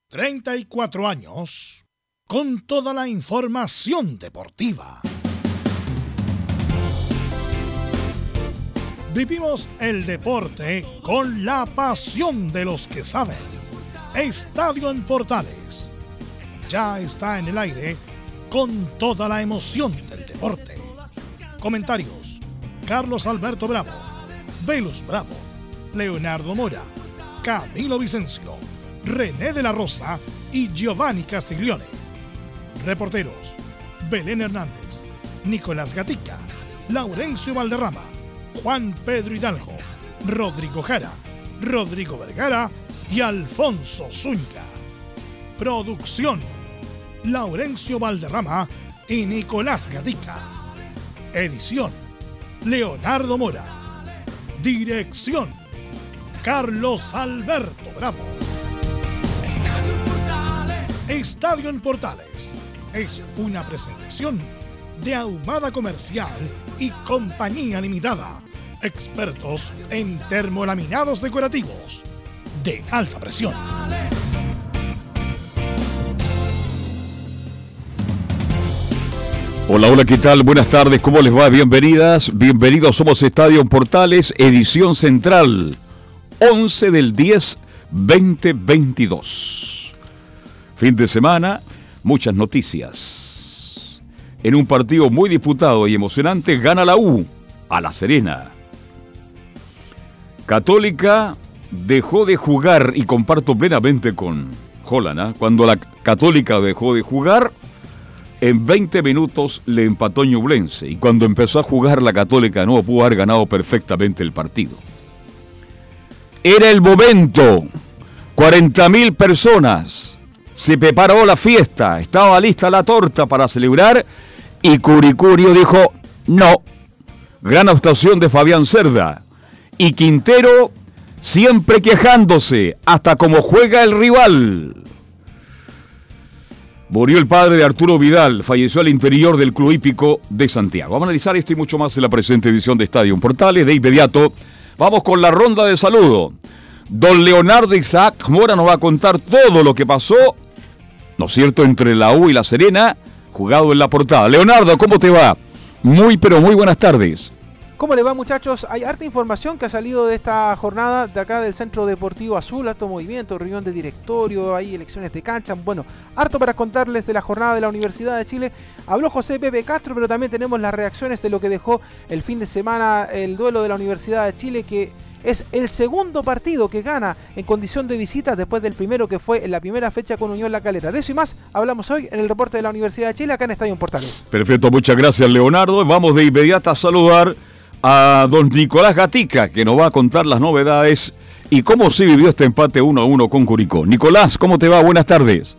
34 años con toda la información deportiva. Vivimos el deporte con la pasión de los que saben. Estadio en Portales ya está en el aire con toda la emoción del deporte. Comentarios: Carlos Alberto Bravo, Velus Bravo, Leonardo Mora, Camilo Vicencio, René de la Rosa y Giovanni Castiglione. Reporteros: Belén Hernández, Nicolás Gatica, Laurencio Valderrama, Juan Pedro Hidalgo, Rodrigo Jara, Rodrigo Vergara y Alfonso Zúñiga. Producción: Laurencio Valderrama y Nicolás Gatica. Edición: Leonardo Mora. Dirección: Carlos Alberto Bravo. Estadio en Portales es una presentación de Ahumada Comercial y Compañía Limitada, expertos en termolaminados decorativos de alta presión. Hola, hola, ¿qué tal? Buenas tardes, ¿cómo les va? Bienvenidas, bienvenidos, somos Estadio en Portales, edición central, 11 del 10, 2022. Fin de semana, muchas noticias. En un partido muy disputado y emocionante, gana la U a La Serena. Católica dejó de jugar, y comparto plenamente con Holland, cuando la Católica dejó de jugar, en 20 minutos le empató Ñublense, y cuando empezó a jugar la Católica no pudo haber ganado perfectamente el partido. Era el momento, 40.000 personas, se preparó la fiesta, estaba lista la torta para celebrar, y Curicurio dijo no. Gran actuación de Fabián Cerda, y Quintero siempre quejándose, hasta como juega el rival. Murió el padre de Arturo Vidal, falleció al interior del Club Hípico de Santiago. Vamos a analizar esto y mucho más en la presente edición de Estadio en Portales. De inmediato, vamos con la ronda de saludo. Don Leonardo Isaac Mora nos va a contar todo lo que pasó, ¿no es cierto?, entre la U y La Serena, jugado en La Portada. Leonardo, ¿cómo te va? Muy, pero muy buenas tardes. ¿Cómo le va, muchachos? Hay harta información que ha salido de esta jornada de acá del Centro Deportivo Azul, harto movimiento, reunión de directorio, hay elecciones de cancha, bueno, harto para contarles de la jornada de la Universidad de Chile. Habló José Pepe Castro, pero también tenemos las reacciones de lo que dejó el fin de semana el duelo de la Universidad de Chile, que es el segundo partido que gana en condición de visita después del primero que fue en la primera fecha con Unión La Calera. De eso y más hablamos hoy en el reporte de la Universidad de Chile acá en Estadio en Portales. Perfecto, muchas gracias, Leonardo. Vamos de inmediato a saludar a don Nicolás Gatica, que nos va a contar las novedades y cómo se vivió este empate 1-1 con Curicó. Nicolás, ¿cómo te va? Buenas tardes.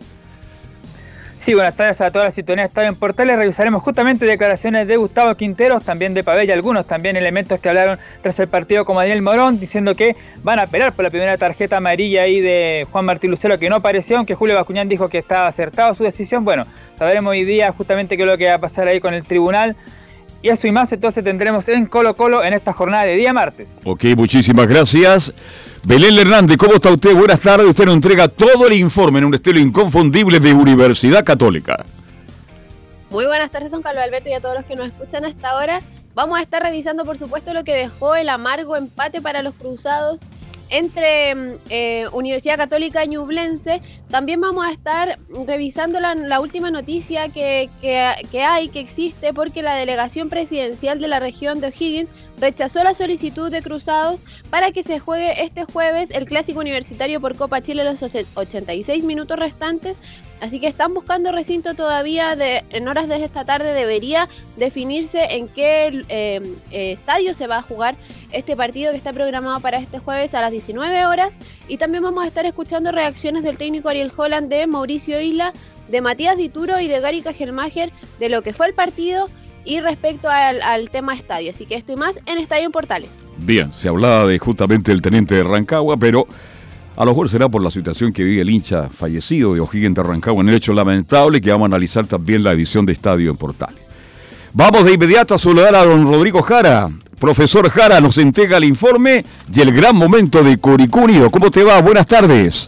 Sí, buenas tardes a toda la sintonía de Estadio en Portales. Revisaremos justamente declaraciones de Gustavo Quinteros, también de Pavel y algunos también elementos que hablaron tras el partido, como Daniel Morón, diciendo que van a apelar por la primera tarjeta amarilla ahí de Juan Martín Lucero, que no apareció, aunque Julio Bascuñán dijo que estaba acertado su decisión. Bueno, sabremos hoy día justamente qué es lo que va a pasar ahí con el tribunal. Y eso y más entonces tendremos en Colo Colo en esta jornada de día martes. Ok, muchísimas gracias. Belén Hernández, ¿cómo está usted? Buenas tardes. Usted nos entrega todo el informe en un estilo inconfundible de Universidad Católica. Muy buenas tardes, don Carlos Alberto, y a todos los que nos escuchan hasta ahora. Vamos a estar revisando, por supuesto, lo que dejó el amargo empate para los cruzados entre Universidad Católica y Ñublense. También vamos a estar revisando la última noticia que existe, porque la delegación presidencial de la región de O'Higgins rechazó la solicitud de Cruzados para que se juegue este jueves el clásico universitario por Copa Chile los 86 minutos restantes. Así que están buscando recinto todavía. En horas de esta tarde debería definirse en qué estadio se va a jugar este partido, que está programado para este jueves a las 19 horas. Y también vamos a estar escuchando reacciones del técnico Ariel Holland, de Mauricio Isla, de Matías Dituro y de Gary Cajelmacher de lo que fue el partido y respecto al tema estadio. Así que esto y más en Estadio en Portales. Bien, se hablaba de justamente el teniente de Rancagua, pero a lo mejor será por la situación que vive el hincha fallecido de O'Higgins de Rancagua, en el hecho lamentable, que vamos a analizar también la edición de Estadio en Portales. Vamos de inmediato a saludar a don Rodrigo Jara. Profesor Jara nos entrega el informe y el gran momento de Curicó Unido. ¿Cómo te va? Buenas tardes.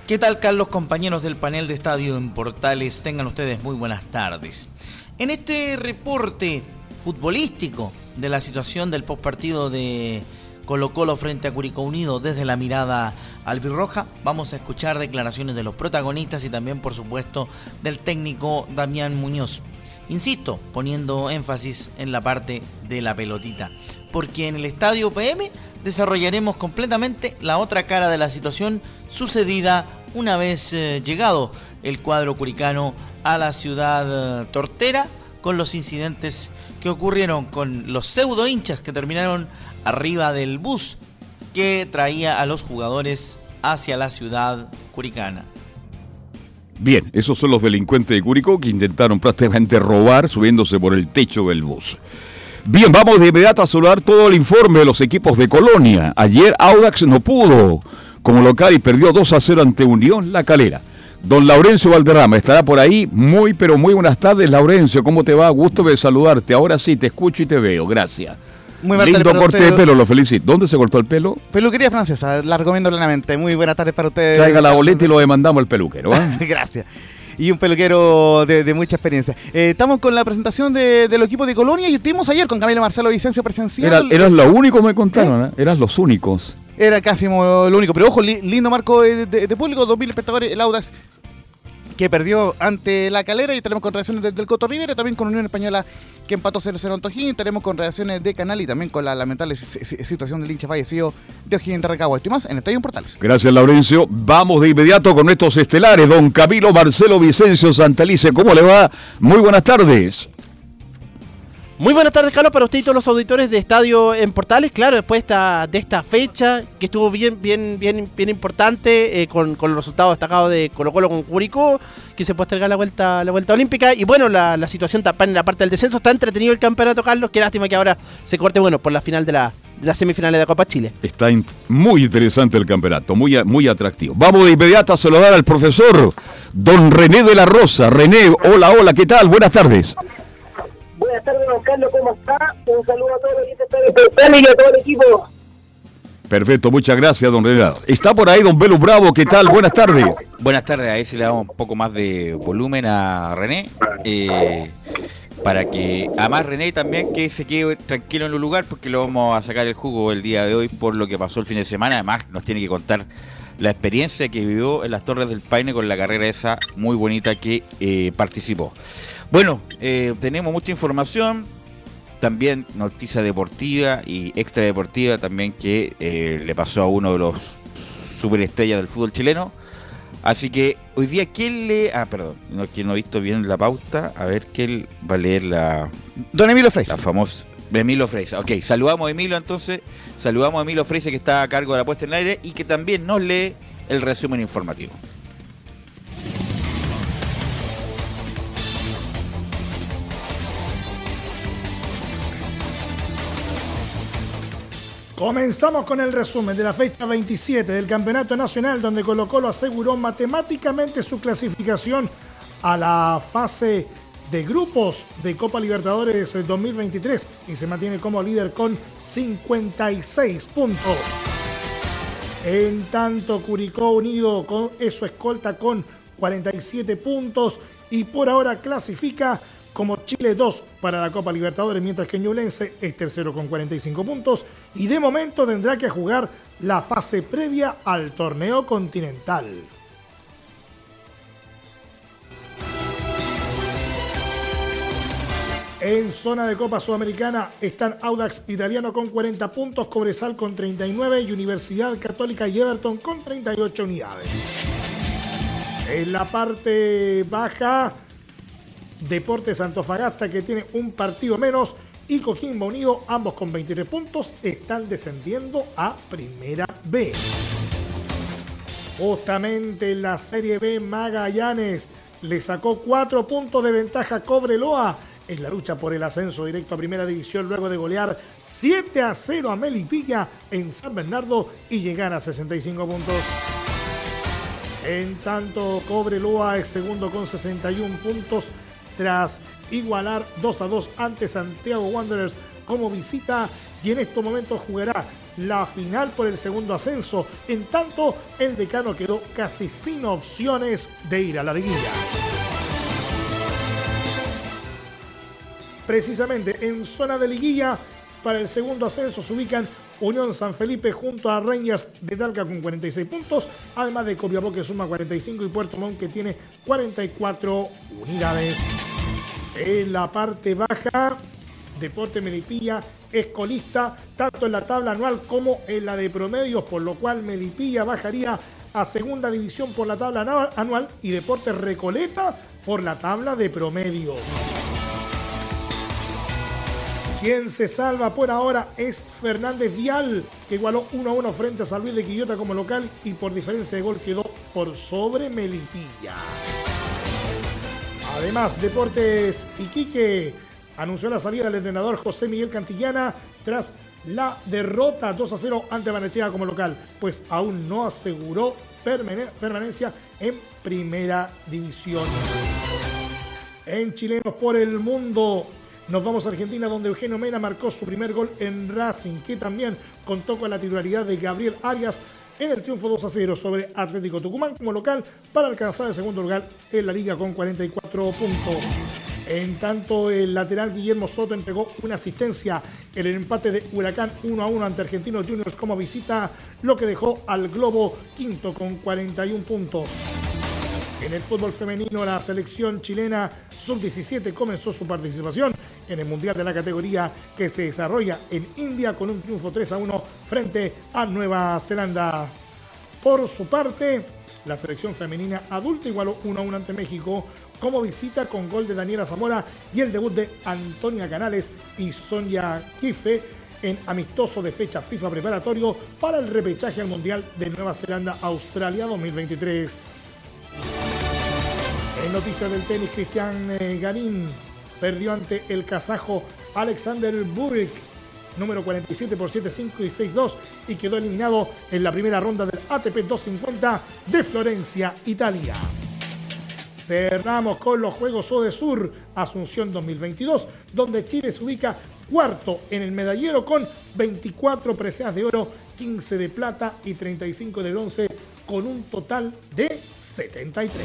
¿Qué tal, Carlos, compañeros del panel de Estadio en Portales? Tengan ustedes muy buenas tardes. En este reporte futbolístico de la situación del postpartido de Colo-Colo frente a Curicó Unido desde la mirada albirroja, vamos a escuchar declaraciones de los protagonistas y también, por supuesto, del técnico Damián Muñoz. Insisto, poniendo énfasis en la parte de la pelotita, porque en el Estadio PM desarrollaremos completamente la otra cara de la situación sucedida una vez llegado el cuadro curicano a la ciudad tortera, con los incidentes que ocurrieron con los pseudo hinchas que terminaron arriba del bus que traía a los jugadores hacia la ciudad curicana. Bien, esos son los delincuentes de Curicó que intentaron prácticamente robar subiéndose por el techo del bus. Bien, vamos de inmediato a saludar todo el informe de los equipos de Colonia. Ayer Audax no pudo como local y perdió 2-0 ante Unión La Calera. Don Laurencio Valderrama estará por ahí. Muy, pero muy buenas tardes, Laurencio. ¿Cómo te va? Gusto de saludarte. Ahora sí, te escucho y te veo. Gracias. Muy buenas lindo tardes corte para de pelo, lo felicito. ¿Dónde se cortó el pelo? Peluquería Francesa, la recomiendo plenamente. Muy buenas tardes para ustedes. Traiga la boleta y lo demandamos al peluquero, ¿eh? Gracias. Y un peluquero de mucha experiencia. Estamos con la presentación del equipo de Colonia y estuvimos ayer con Camilo Marcelo Vicencio presencial. Eras lo único, me contaron, ¿eh? Eras los únicos. Era casi lo único, pero ojo, lindo marco de público, 2.000 espectadores, el Audax que perdió ante La Calera, y tenemos con reacciones del Coto Rivera, también con Unión Española que empató 0-0 en Tojín, tenemos con reacciones de Canal y también con la lamentable situación del hincha fallecido de O'Higgins de Rancagua. Estoy más en Estadio en Portales. Gracias, Laurencio. Vamos de inmediato con estos estelares. Don Camilo Marcelo Vicencio Santalice, ¿cómo le va? Muy buenas tardes. Muy buenas tardes, Carlos, para usted y todos los auditores de Estadio en Portales. Claro, después de esta fecha que estuvo bien importante, con los resultados destacados de Colo-Colo con Curicó, que se puede entregar la vuelta olímpica. Y bueno, la situación en la parte del descenso. Está entretenido el campeonato, Carlos. Qué lástima que ahora se corte, por la final de las semifinales de Copa Chile. Está muy interesante el campeonato, muy atractivo. Vamos de inmediato a saludar al profesor don René de la Rosa. René, hola, ¿qué tal? Buenas tardes. Buenas tardes, don Carlos, ¿cómo está? Un saludo a todos los que están en Portales y a todo el equipo. Perfecto, muchas gracias, don René. Está por ahí don Belu Bravo, ¿qué tal? Buenas tardes. Buenas tardes, ahí sí le damos un poco más de volumen a René, para que, además René también que se quede tranquilo en el lugar, porque lo vamos a sacar el jugo el día de hoy por lo que pasó el fin de semana. Además nos tiene que contar la experiencia que vivió en las Torres del Paine con la carrera esa muy bonita que participó. Bueno, tenemos mucha información, también noticia deportiva y extra deportiva también que le pasó a uno de los superestrellas del fútbol chileno. Así que hoy día, ¿quién lee? Que no he visto bien la pauta. A ver, ¿quién va a leer Don Emilio Freisa. La famosa Emilio Freisa. Ok, saludamos a Emilio entonces. Saludamos a Emilio Freisa, que está a cargo de la puesta en el aire y que también nos lee el resumen informativo. Comenzamos con el resumen de la fecha 27 del Campeonato Nacional, donde Colo-Colo aseguró matemáticamente su clasificación a la fase de grupos de Copa Libertadores 2023 y se mantiene como líder con 56 puntos. En tanto, Curicó Unido es su escolta con 47 puntos y por ahora clasifica como Chile 2 para la Copa Libertadores, mientras que Ñublense es tercero con 45 puntos y de momento tendrá que jugar la fase previa al torneo continental. En zona de Copa Sudamericana están Audax Italiano con 40 puntos, Cobresal con 39 y Universidad Católica y Everton con 38 unidades. En la parte baja, Deportes Antofagasta, que tiene un partido menos, y Coquimbo Unido, ambos con 23 puntos, están descendiendo a Primera B. Justamente en la Serie B, Magallanes le sacó 4 puntos de ventaja a Cobreloa en la lucha por el ascenso directo a Primera División, luego de golear 7-0 a Melipilla en San Bernardo y llegar a 65 puntos. En tanto, Cobreloa es segundo con 61 puntos, tras igualar 2-2 ante Santiago Wanderers como visita, y en estos momentos jugará la final por el segundo ascenso. En tanto, el Decano quedó casi sin opciones de ir a la liguilla. Precisamente en zona de liguilla para el segundo ascenso se ubican Unión San Felipe junto a Rangers de Talca con 46 puntos, además de Copiapó que suma 45 y Puerto Montt que tiene 44 unidades. En la parte baja, Deportes Melipilla es colista tanto en la tabla anual como en la de promedios, por lo cual Melipilla bajaría a segunda división por la tabla anual y Deportes Recoleta por la tabla de promedios. Quien se salva por ahora es Fernández Vial, que igualó 1-1 frente a San Luis de Quillota como local y por diferencia de gol quedó por sobre Melipilla. Además, Deportes Iquique anunció la salida del entrenador José Miguel Cantillana tras la derrota 2-0 ante Barnechea como local, pues aún no aseguró permanencia en primera división. En Chilenos por el Mundo, nos vamos a Argentina, donde Eugenio Mena marcó su primer gol en Racing, que también contó con la titularidad de Gabriel Arias en el triunfo 2-0 sobre Atlético Tucumán como local para alcanzar el segundo lugar en la liga con 44 puntos. En tanto, el lateral Guillermo Soto entregó una asistencia en el empate de Huracán 1-1 ante Argentinos Juniors como visita, lo que dejó al Globo quinto con 41 puntos. En el fútbol femenino, la selección chilena sub-17 comenzó su participación en el Mundial de la categoría que se desarrolla en India con un triunfo 3-1 frente a Nueva Zelanda. Por su parte, la selección femenina adulta igualó 1-1 ante México como visita con gol de Daniela Zamora y el debut de Antonia Canales y Sonia Kife en amistoso de fecha FIFA preparatorio para el repechaje al Mundial de Nueva Zelanda-Australia 2023. En noticias del tenis, Cristian Garín perdió ante el kazajo Alexander Bublik, número 47 por 7-5 y 6-2, y quedó eliminado en la primera ronda del ATP 250 de Florencia, Italia. Cerramos con los Juegos Odesur Asunción 2022, donde Chile se ubica cuarto en el medallero con 24 preseas de oro, 15 de plata y 35 de bronce, con un total de 73.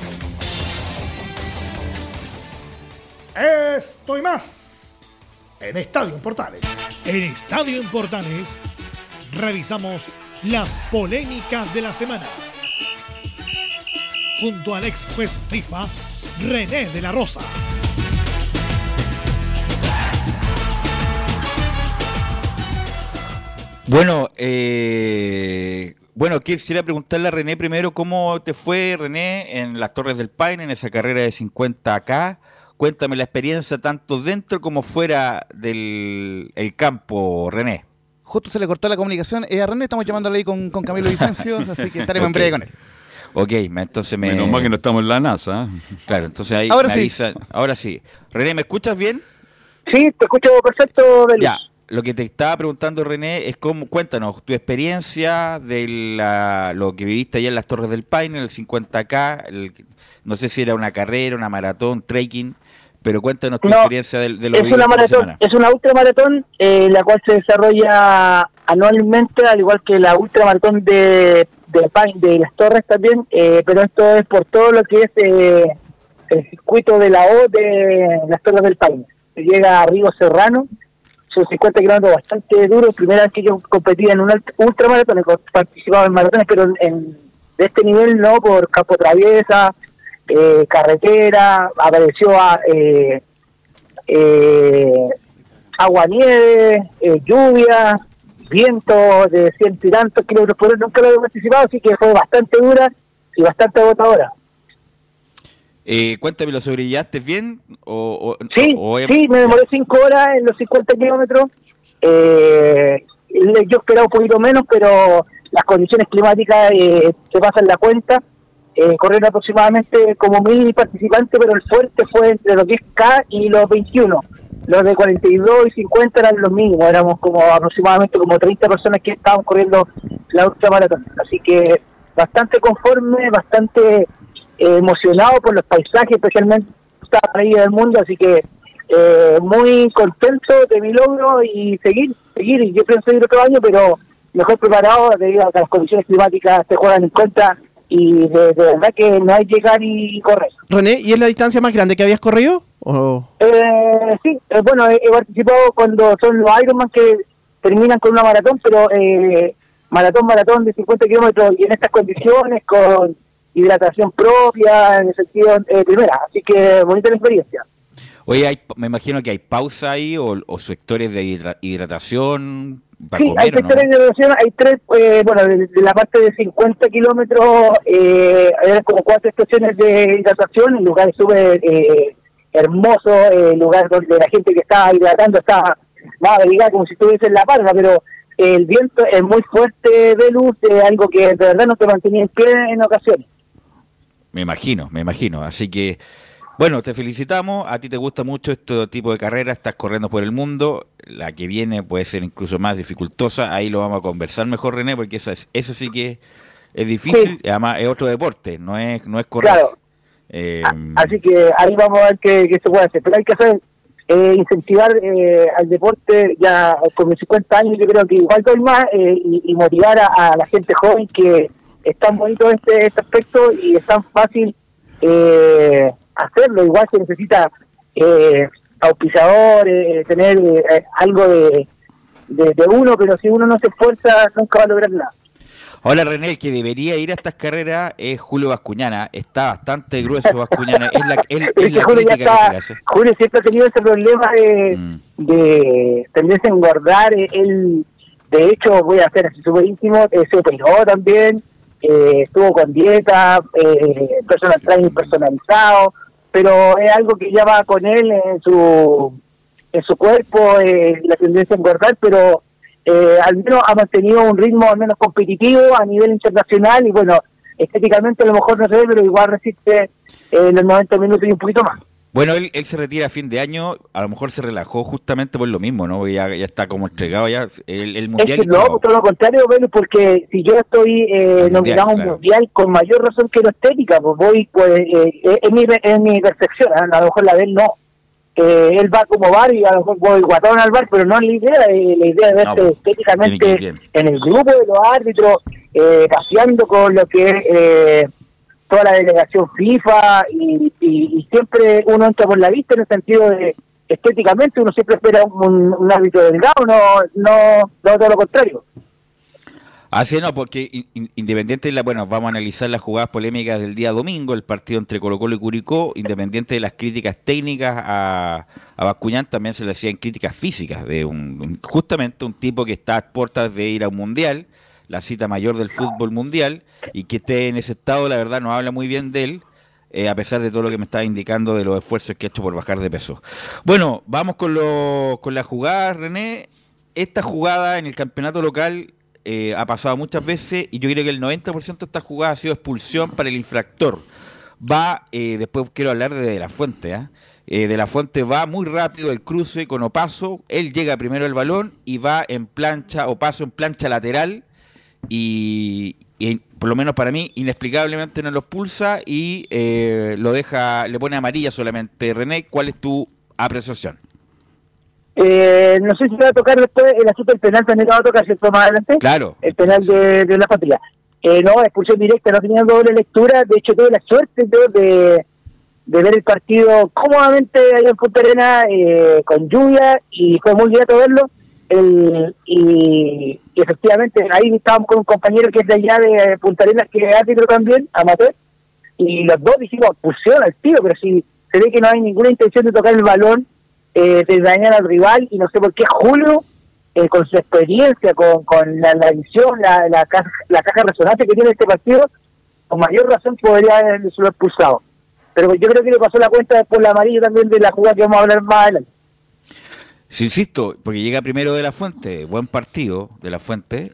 Esto y más en Estadio en Portales. En Estadio en Portales revisamos las polémicas de la semana junto al ex juez FIFA René de la Rosa. Bueno, quisiera preguntarle a René primero cómo te fue, René, en las Torres del Paine, en esa carrera de 50K. Cuéntame la experiencia tanto dentro como fuera del campo, René. Justo se le cortó la comunicación a René, estamos llamándole ahí con Camilo Vicencio, así que estaremos en breve con él. Ok, entonces menos mal que no estamos en la NASA. Claro, entonces ahí ahora me sí. avisan. Ahora sí. René, ¿me escuchas bien? Sí, te escucho perfecto, Delis. Ya, lo que te estaba preguntando, René, es cuéntanos tu experiencia de lo que viviste allá en las Torres del Paine, en el 50K, no sé si era una carrera, una maratón, trekking, pero cuéntanos tu experiencia de lo vivido esta semana. Es una ultramaratón, la cual se desarrolla anualmente, al igual que la ultramaratón de las Torres también, pero esto es por todo lo que es el circuito de la O de las Torres del Paine. Se llega a Río Serrano, son 50 kilómetros bastante duros. Primera vez que yo competía en un ultramaratón, he participado en maratones, pero de este nivel no, por campo traviesa, carretera, apareció agua-nieve, lluvia, viento de 100 y tantos kilómetros por hora. Nunca lo he participado, así que fue bastante dura y bastante agotadora. Cuéntame, ¿lo sobrevivillaste bien? Sí, me demoré 5 horas en los 50 kilómetros. Yo esperaba un poquito menos, pero las condiciones climáticas se pasan la cuenta. Corrieron aproximadamente como 1000 participantes, pero el fuerte fue entre los 10K y los 21. Los de 42 y 50 eran los mínimos, éramos como aproximadamente como 30 personas que estaban corriendo la ultramaratón. Así que bastante conforme, bastante emocionado por los paisajes, especialmente esta maravilla del mundo, así que muy contento de mi logro y seguir. Yo pienso seguir otro año, pero mejor preparados debido a que las condiciones climáticas se juegan en contra y de verdad que no hay llegar y correr. René, ¿y es la distancia más grande que habías corrido? ¿O? Sí, bueno, he participado cuando son los Ironman que terminan con una maratón, pero maratón de 50 kilómetros y en estas condiciones, con hidratación propia, en el sentido primera, así que bonita la experiencia. Oye, me imagino que hay pausa ahí o sectores de hidratación para sí, comer, hay sectores de hidratación, hay tres, bueno, de la parte de 50 kilómetros, hay como 4 estaciones de hidratación, en lugares súper hermosos, lugares donde la gente que está hidratando está más abrigada como si estuviese en La Palma, pero el viento es muy fuerte de luz, algo que de verdad no te mantenía en pie en ocasiones. Me imagino. Así que, bueno, te felicitamos. A ti te gusta mucho este tipo de carrera, estás corriendo por el mundo. La que viene puede ser incluso más dificultosa. Ahí lo vamos a conversar mejor, René, porque eso sí que es difícil. Sí. Además, es otro deporte, no es correr. Claro. Así que ahí vamos a ver qué se puede hacer. Pero hay que hacer incentivar al deporte ya con mis 50 años. Yo creo que igual doy más y motivar a la gente joven que es tan bonito este aspecto y es tan fácil hacerlo. Igual se necesita auspiciador, tener algo de uno, pero si uno no se esfuerza nunca va a lograr nada. Ahora, René, el que debería ir a estas carreras es Julio Bascuñana. Está bastante grueso Bascuñana. Es la crítica que se le hace. Julio siempre ha tenido ese problema de tendencia a engordar. Él, de hecho, voy a hacer así súper íntimo, se operó también, estuvo con dieta, personal training personalizado, pero es algo que ya va con él en su cuerpo, la tendencia a engordar, pero al menos ha mantenido un ritmo al menos competitivo a nivel internacional y bueno, estéticamente a lo mejor no se ve, pero igual resiste los 90 minutos y un poquito más. Bueno, él se retira a fin de año, a lo mejor se relajó justamente por lo mismo, ¿no? Ya está como entregado ya el mundial. Es que no, todo lo contrario, Velo, porque si yo estoy nominado a un mundial, con mayor razón que no estética, pues voy, es mi percepción, a lo mejor la de él no. Él va como bar y a lo mejor voy guatón al bar, pero no es la idea de verse estéticamente en el grupo de los árbitros, paseando con lo que es toda la delegación FIFA y siempre uno entra por la vista en el sentido de estéticamente uno siempre espera un árbitro delgado, no todo lo contrario. Así no, porque independiente de vamos a analizar las jugadas polémicas del día domingo, el partido entre Colo-Colo y Curicó, independiente de las críticas técnicas a Bascuñán, también se le hacían críticas físicas de justamente un tipo que está a puertas de ir a un mundial, la cita mayor del fútbol mundial, y que esté en ese estado, la verdad, no habla muy bien de él, a pesar de todo lo que me estaba indicando de los esfuerzos que ha hecho por bajar de peso. Bueno, vamos con la jugada, René. Esta jugada en el campeonato local ha pasado muchas veces y yo creo que el 90% de estas jugadas ha sido expulsión para el infractor. Después quiero hablar de De La Fuente, De La Fuente va muy rápido el cruce con Opaso, él llega primero al balón y va en plancha, Opaso en plancha lateral y por lo menos para mí inexplicablemente no lo expulsa y le pone amarilla solamente. René, ¿cuál es tu apreciación? No sé si va a tocar después el asunto del penal, también lo va a tocar, ¿cierto? Más adelante. Claro. El penal de La Patria. No, expulsión directa, no tenía doble lectura. De hecho, tuve la suerte de ver el partido cómodamente allá en Punta Arenas, con lluvia, y fue muy grato verlo. Y efectivamente, ahí estábamos con un compañero que es de allá de Punta Arenas, que es árbitro también, amateur, y los dos dijimos, expulsión al tiro, pero si se ve que no hay ninguna intención de tocar el balón, de dañar al rival, y no sé por qué Julio, con su experiencia, con la visión, la caja resonante que tiene este partido, con mayor razón podría haberlo expulsado. Pero yo creo que le pasó la cuenta después la amarilla también de la jugada que vamos a hablar más adelante. Sí, insisto, porque llega primero De La Fuente, buen partido De La Fuente,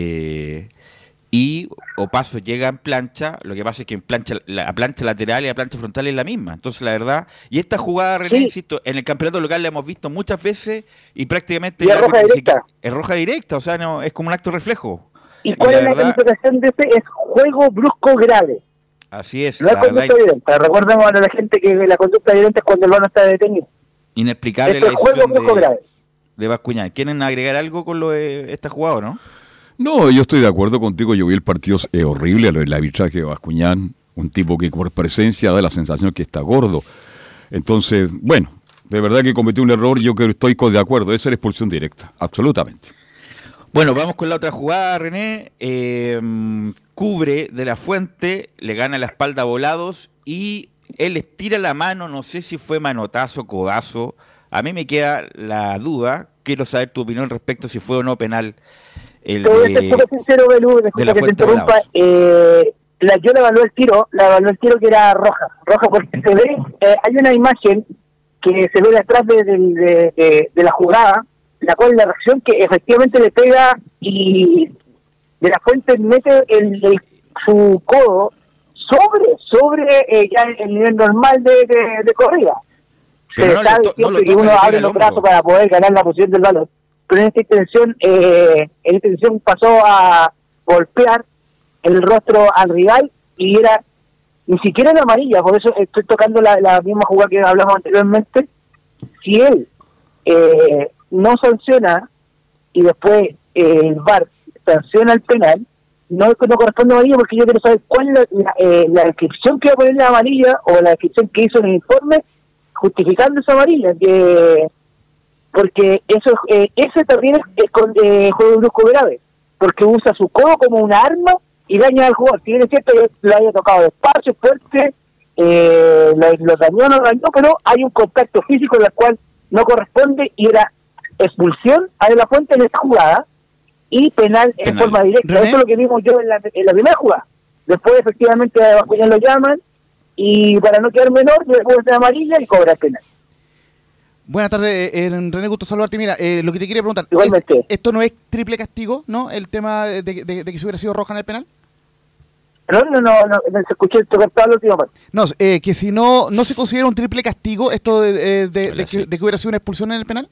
y Opaso llega en plancha, lo que pasa es que en la plancha lateral y la plancha frontal es la misma, entonces la verdad, y esta jugada, René, sí, insisto, en el campeonato local la hemos visto muchas veces y prácticamente es roja directa. Es roja directa, o sea, no es como un acto reflejo. ¿Y cuál es la calificación de este? Es juego brusco grave. Así es. No es conducta violenta, recordemos a la gente que la conducta violenta es cuando el balón está detenido. Inexplicable la decisión de Bascuñán. ¿Quieren agregar algo con lo de esta jugada o no? No, yo estoy de acuerdo contigo. Yo vi el partido horrible, el arbitraje de Bascuñán, un tipo que por presencia da la sensación que está gordo. Entonces, bueno, de verdad que cometió un error. Yo creo que estoy de acuerdo. Esa es la expulsión directa, absolutamente. Bueno, vamos con la otra jugada, René. Cubre de la Fuente, le gana la espalda a Volados y él estira la mano, no sé si fue manotazo, codazo. A mí me queda la duda, quiero saber tu opinión respecto si fue o no penal. Te voy a ser súper sincero, Belú, disculpa que te interrumpa. Yo le evalué el tiro que era roja porque se ve, hay una imagen que se ve detrás de la jugada, la cual la reacción que efectivamente le pega y de la Fuente mete su codo sobre ya el nivel normal de corrida. Se sabe siempre que uno abre los brazos para poder ganar la posición del balón, pero en esta intención pasó a golpear el rostro al rival y era ni siquiera la amarilla, por eso estoy tocando la misma jugada que hablamos anteriormente. Si él no sanciona y después el VAR sanciona el penal, no corresponde a amarilla, porque yo quiero saber cuál es la descripción que va a poner la amarilla o la descripción que hizo en el informe justificando esa amarilla, porque eso ese también es con juego brusco grave, porque usa su codo como una arma y daña al jugador. Si bien es cierto que lo haya tocado despacio, fuerte, lo dañó, no dañó, pero hay un contacto físico en el cual no corresponde y era expulsión a De la Fuente en esta jugada y penal en forma directa. ¿René? Eso es lo que vimos yo en la primera jugada. Después efectivamente a Bascuñán lo llaman y para no quedar menor le ponen de amarilla y cobra el penal. Buenas tardes, René, gusto saludarte. Mira, lo que te quería preguntar, Igualmente. ¿esto no es triple castigo, no? El tema de que se hubiera sido roja en el penal. No, se escuchó el tocar toda la última parte. No, que si no se considera un triple castigo esto de que hubiera sido una expulsión en el penal.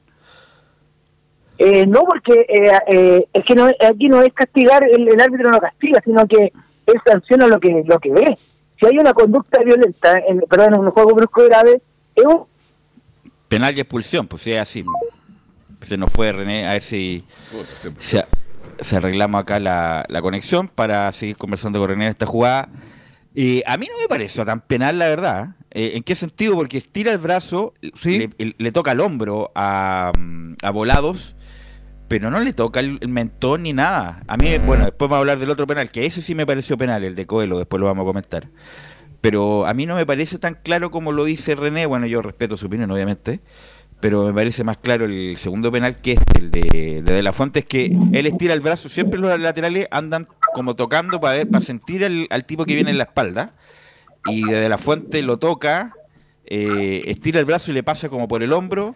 No, porque es que aquí no es castigar, el árbitro no castiga, sino que él sanciona lo que ve. Si hay una conducta violenta, en un juego brusco grave, es un Penal y expulsión, pues sí, es así. Se nos fue René, a ver si arreglamos acá la conexión para seguir conversando con René en esta jugada. A mí no me pareció tan penal, la verdad. ¿En qué sentido? Porque estira el brazo, ¿sí? le toca el hombro a Volados, pero no le toca el mentón ni nada. A mí, bueno, después vamos a hablar del otro penal, que ese sí me pareció penal, el de Coelho, después lo vamos a comentar. Pero a mí no me parece tan claro como lo dice René. Bueno, yo respeto su opinión, obviamente, pero me parece más claro el segundo penal que el de la Fuente, es que él estira el brazo, siempre los laterales andan como tocando para sentir al tipo que viene en la espalda, y de la Fuente lo toca, estira el brazo y le pasa como por el hombro,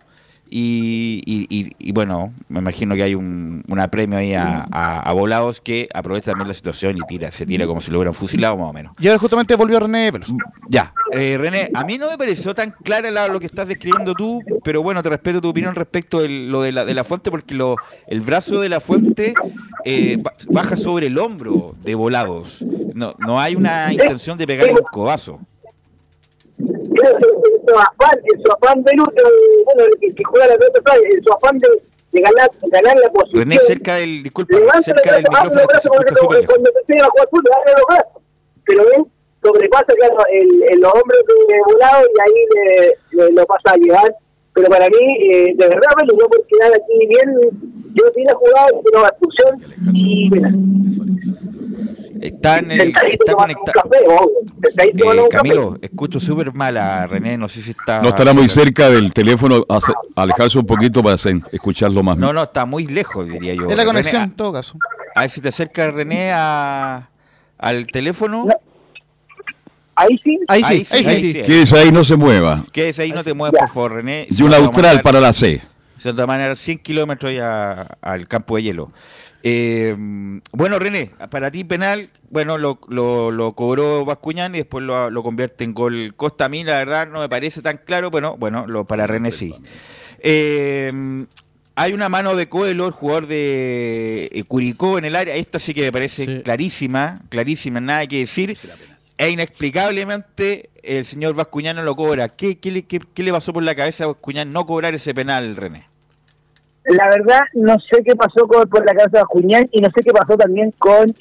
y bueno, me imagino que hay un apremio ahí a Volados, que aprovecha también la situación y se tira como si lo hubieran fusilado más o menos. Y ahora justamente volvió René Pelos. Ya, René, a mí no me pareció tan clara lo que estás describiendo tú, pero bueno, te respeto tu opinión respecto de lo de la Fuente, porque el brazo de la Fuente baja sobre el hombro de Volados. No hay una intención de pegarle un codazo. En su afán de lucha, bueno, el que juega la pelota, en su afán de ganar la posición. René, cerca del micrófono, brazo, cuando se va a jugar fútbol, abre los brazos, pero él sobrepasa, claro, los hombros de Volado y ahí lo pasa a llevar. Pero para mí, de verdad, bueno, yo por quedar aquí bien, yo vi la jugada, una expulsión y mira. Está conectado. Camilo, escucho súper mal a René, no sé si está... No estará muy cerca del teléfono, alejarse un poquito para escucharlo más. No, está muy lejos, diría yo. Es la conexión, René, en todo caso. A ver si te acerca René al teléfono. No. Ahí sí. Quédese ahí, no se mueva. Quédese ahí, no te muevas, por favor, René. Y un austral para la C. Se te va a mandar 100 kilómetros ya al campo de hielo. Bueno, René, para ti penal, bueno, lo cobró Bascuñán y después lo convierte en gol Costa. A mí, la verdad, no me parece tan claro, pero bueno, para René sí. Hay una mano de Coelho, el jugador de Curicó en el área. Esta sí que me parece clarísima, nada que decir. E inexplicablemente el señor Bascuñán no lo cobra. ¿Qué le pasó por la cabeza a Bascuñán no cobrar ese penal, René? La verdad, no sé qué pasó por la cabeza de Bascuñán y no sé qué pasó también con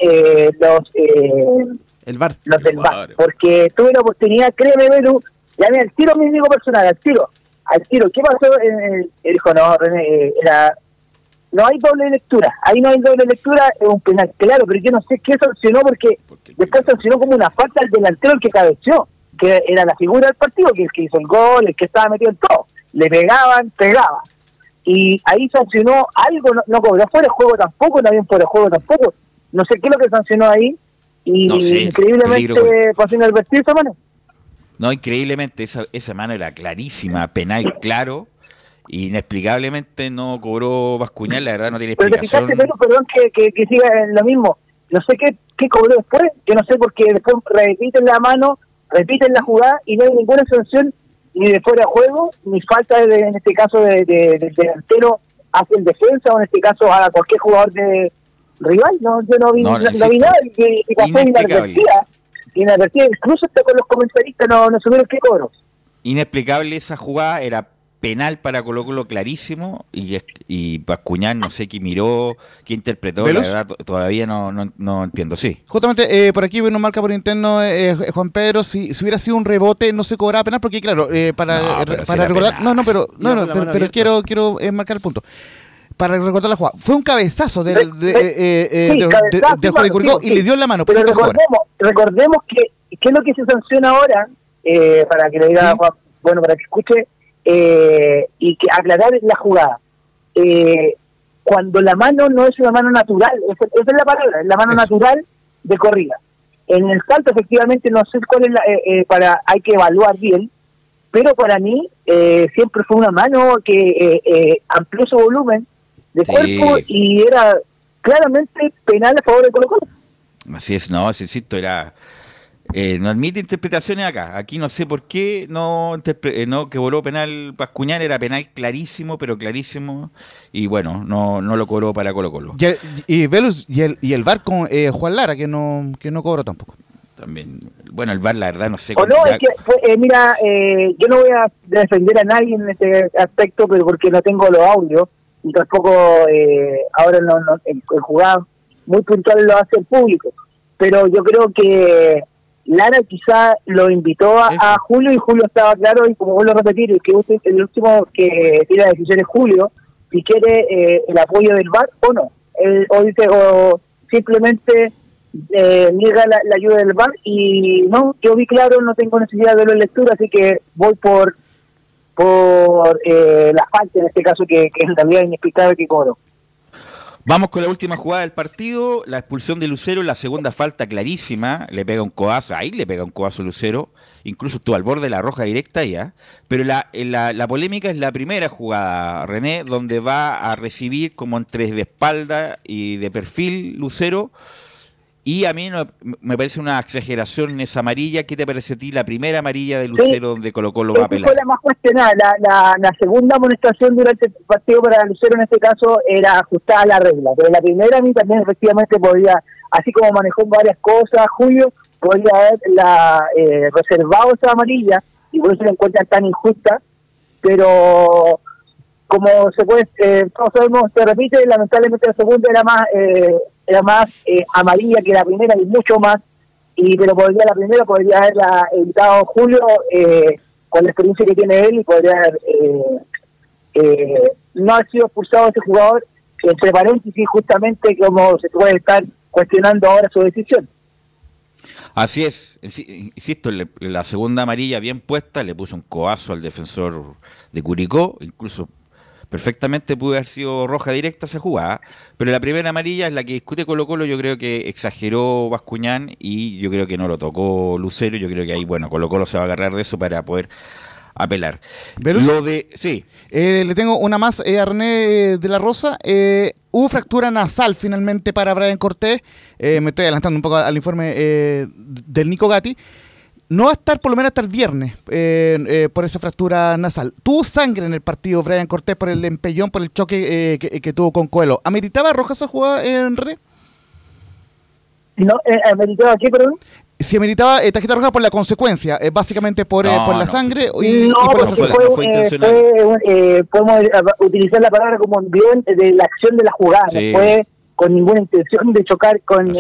el VAR. Los del VAR. Porque tuve la oportunidad, créeme, Belu, llamé al tiro a mi amigo personal, al tiro. ¿Qué pasó? Él dijo, no, René, no hay doble lectura. Ahí no hay doble lectura, es un penal, claro, pero yo no sé qué sancionó porque después sancionó como una falta al delantero, el que cabeció, que era la figura del partido, que el que hizo el gol, el que estaba metido en todo. Le pegaba. Y ahí sancionó algo, no cobró fuera de juego tampoco, no había fuera de juego tampoco. No sé qué es lo que sancionó ahí. Y no sé, increíblemente pasó inadvertido esa mano. No, increíblemente, esa mano era clarísima, penal claro. Inexplicablemente no cobró Bascuñán, la verdad no tiene explicación. Pero fíjate, perdón que siga en lo mismo. No sé qué cobró después, yo no sé, porque después repiten la mano, repiten la jugada y no hay ninguna sanción ni de fuera de juego, ni falta en este caso del delantero hacia el defensa, o en este caso a cualquier jugador de rival. No, yo no vi nada, y pasó inadvertida, incluso hasta con los comentaristas no supieron qué cobró. Inexplicable esa jugada, era penal para Colo-Colo clarísimo, y Bascuñán no sé qué miró, qué interpretó, ¿Velos? La verdad todavía no entiendo, sí. Justamente por aquí nos marca por interno Juan Pedro, si hubiera sido un rebote no se cobraba penal, porque claro, para recordar, pero quiero marcar el punto. Para recordar la jugada, fue un cabezazo del juez de Curicó y le dio en la mano. Pero recordemos que ¿qué es lo que se sanciona ahora? Para que le diga Juan, bueno, para que escuche, y que aclarar la jugada. Cuando la mano no es una mano natural, esa es la palabra, es la mano natural de corrida. En el salto, efectivamente, no sé cuál es hay que evaluar bien, pero para mí siempre fue una mano que amplió su volumen de cuerpo y era claramente penal a favor de Colo-Colo. Así es, no, insisto, era... no admite interpretaciones acá. Aquí no sé por qué no que cobró penal Bascuñán, era penal clarísimo, pero clarísimo, y bueno, no lo cobró para Colo-Colo. Y el VAR con Juan Lara, que no cobró tampoco. También, bueno, el VAR la verdad no sé. Mira, yo no voy a defender a nadie en este aspecto, pero porque no tengo los audios, y tampoco ahora el jugado muy puntual lo hace el público, pero yo creo que Lara quizá lo invitó a Julio, y Julio estaba claro, y como vuelvo a repetir, el último que tira la decisión es Julio, si quiere el apoyo del VAR o no, o simplemente niega la ayuda del VAR, y no, yo vi claro, no tengo necesidad de verlo en lectura, así que voy por la falta en este caso, que en realidad es inexplicable que cobró. Vamos con la última jugada del partido, la expulsión de Lucero, la segunda falta clarísima, le pega un codazo Lucero, incluso estuvo al borde de la roja directa ya, pero la polémica es la primera jugada, René, donde va a recibir como entre de espalda y de perfil Lucero, y a mí me parece una exageración en esa amarilla. ¿Qué te parece a ti la primera amarilla de Lucero donde Colo-Colo va a apelar? Fue la más cuestionada, la segunda amonestación durante el partido para Lucero en este caso era ajustada a la regla, pero la primera a mí también efectivamente podría, así como manejó varias cosas Julio, podría haber reservado esa amarilla, y por eso la encuentran tan injusta, pero como se puede, todos sabemos, se repite, lamentablemente la segunda era más amarilla que la primera, y mucho más, pero la primera podría haberla evitado Julio con la experiencia que tiene él, y podría haber no ha sido expulsado ese jugador, entre paréntesis, justamente como se puede estar cuestionando ahora su decisión. Así es, insisto, la segunda amarilla bien puesta, le puso un codazo al defensor de Curicó, incluso perfectamente pudo haber sido roja directa esa jugada, pero la primera amarilla es la que discute Colo-Colo. Yo creo que exageró Bascuñán, y yo creo que no lo tocó Lucero. Yo creo que ahí, bueno, Colo-Colo se va a agarrar de eso para poder apelar. Sí. Le tengo una más a René de la Rosa. Hubo fractura nasal finalmente para Brian Cortés. Me estoy adelantando un poco al informe del Nico Gatti. No va a estar por lo menos hasta el viernes por esa fractura nasal. Tuvo sangre en el partido Brian Cortés por el empellón, por el choque que tuvo con Coelho. ¿Ameritaba roja esa jugada en René? No, ¿ameritaba qué, perdón? se meritaba tarjeta roja por la consecuencia, básicamente por la sangre y no, por la porque fractura. podemos utilizar la palabra como guión de la acción de la jugada, Sí. no fue con ninguna intención de chocar con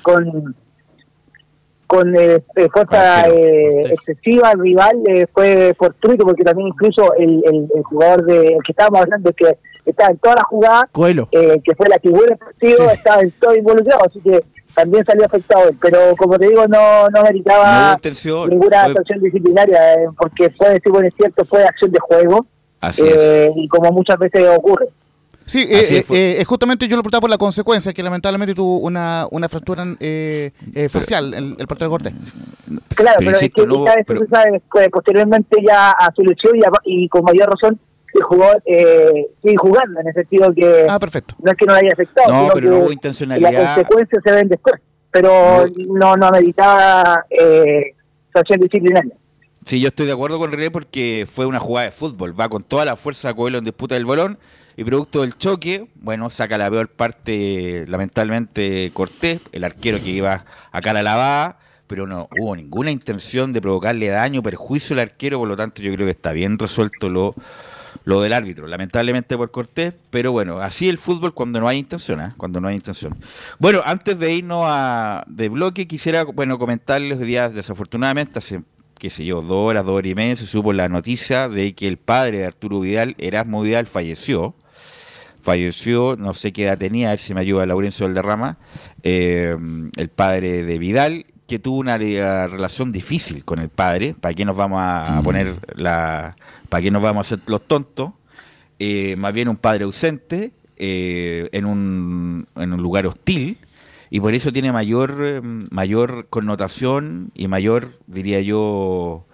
fuerza excesiva al rival, fue fortuito, porque también incluso el jugador el que estábamos hablando, que estaba en toda la jugada, Coelho. que fue la figura del partido, estaba en todo involucrado, así que también salió afectado él, pero como te digo, no meritaba ninguna sanción disciplinaria, porque fue, si bueno, es cierto, fue acción de juego, y como muchas veces ocurre. Sí, justamente yo lo preguntaba por la consecuencia, que lamentablemente tuvo una fractura facial, el portero Cortés. Claro, pero es que se sabe, posteriormente ya a su lesión y con mayor razón sigue jugando, en el sentido que perfecto. No es que no le haya afectado, no, sino pero que no hubo intencionalidad. las consecuencias se ven después, pero no ameritaba sanción disciplinaria. Sí, yo estoy de acuerdo con René porque fue una jugada de fútbol, va con toda la fuerza a Coelho en disputa del balón y producto del choque, bueno, saca la peor parte lamentablemente Cortés, el arquero que iba acá a la lavada, pero no hubo ninguna intención de provocarle daño, perjuicio al arquero, por lo tanto yo creo que está bien resuelto lo del árbitro, lamentablemente por Cortés, pero bueno, así el fútbol cuando no hay intención, cuando no hay intención. Bueno, antes de irnos de bloque, quisiera, comentarles hoy día, desafortunadamente, hace, qué sé yo, 2 horas, 2 horas y media, se supo la noticia de que el padre de Arturo Vidal, Erasmo Vidal, falleció, no sé qué edad tenía, a ver si me ayuda Laurencio Valderrama, el padre de Vidal, que tuvo una relación difícil con el padre. ¿Para qué nos vamos a poner para qué nos vamos a hacer los tontos? Más bien un padre ausente, en un lugar hostil, y por eso tiene mayor connotación y mayor, diría yo,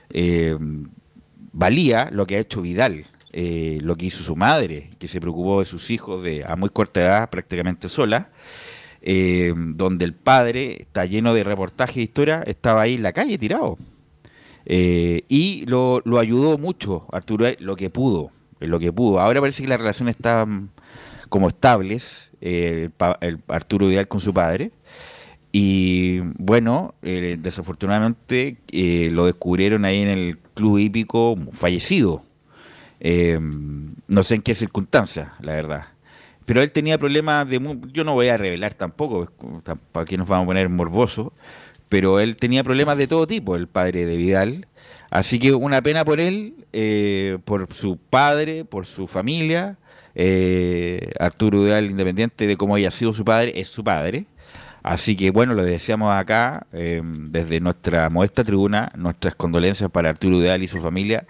valía lo que ha hecho Vidal, lo que hizo su madre, que se preocupó de sus hijos a muy corta edad, prácticamente sola, donde el padre está lleno de reportajes de historia, estaba ahí en la calle tirado, y lo ayudó mucho Arturo, lo que pudo. Ahora parece que las relaciones están como estables, el Arturo Vidal con su padre, y bueno, desafortunadamente lo descubrieron ahí en el club hípico fallecido, no sé en qué circunstancias, la verdad. Pero él tenía problemas yo no voy a revelar tampoco, para que nos vamos a poner morbosos, pero él tenía problemas de todo tipo, el padre de Vidal. Así que una pena por él, por su padre, por su familia. Arturo Vidal, independiente de cómo haya sido su padre, es su padre. Así que bueno, lo deseamos acá, desde nuestra modesta tribuna, nuestras condolencias para Arturo Vidal y su familia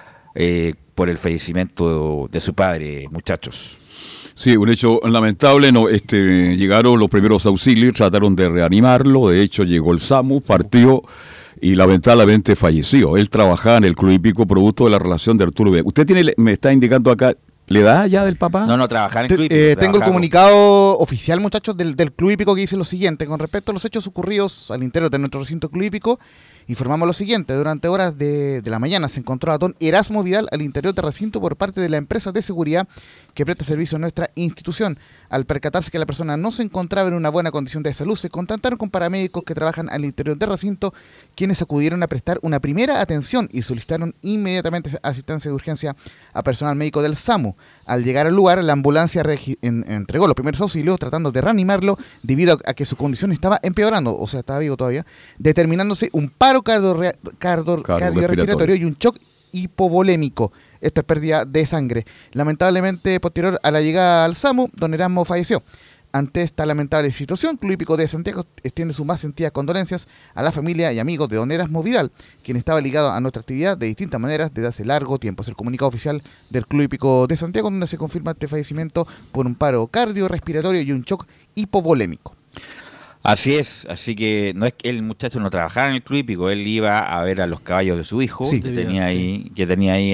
por el fallecimiento de su padre, muchachos. Sí, un hecho lamentable. Llegaron los primeros auxilios, trataron de reanimarlo. De hecho, llegó el SAMU, partió y lamentablemente falleció. Él trabajaba en el club hípico producto de la relación de Arturo Vidal. Usted me está indicando acá, ¿le da ya del papá? No, trabajaba en el club hípico. Tengo el comunicado oficial, muchachos, del club hípico, que dice lo siguiente: con respecto a los hechos ocurridos al interior de nuestro recinto club hípico, informamos lo siguiente: durante horas de la mañana se encontró a don Erasmo Vidal al interior del recinto por parte de la empresa de seguridad que presta servicio a nuestra institución. Al percatarse que la persona no se encontraba en una buena condición de salud, se contactaron con paramédicos que trabajan al interior del recinto, quienes acudieron a prestar una primera atención y solicitaron inmediatamente asistencia de urgencia a personal médico del SAMU. Al llegar al lugar, la ambulancia entregó los primeros auxilios tratando de reanimarlo debido a que su condición estaba empeorando, o sea, estaba vivo todavía, determinándose un paro cardiorrespiratorio y un shock hipovolémico. Esto es pérdida de sangre. Lamentablemente, posterior a la llegada al SAMU, don Erasmo falleció. Ante esta lamentable situación, Club Hípico de Santiago extiende sus más sentidas condolencias a la familia y amigos de don Erasmo Vidal, quien estaba ligado a nuestra actividad de distintas maneras desde hace largo tiempo. Es el comunicado oficial del Club Hípico de Santiago, donde se confirma este fallecimiento por un paro cardiorrespiratorio y un shock hipovolémico. Así es, así que no es que el muchacho no trabajara en el club hípico, él iba a ver a los caballos de su hijo, sí, que tenía ahí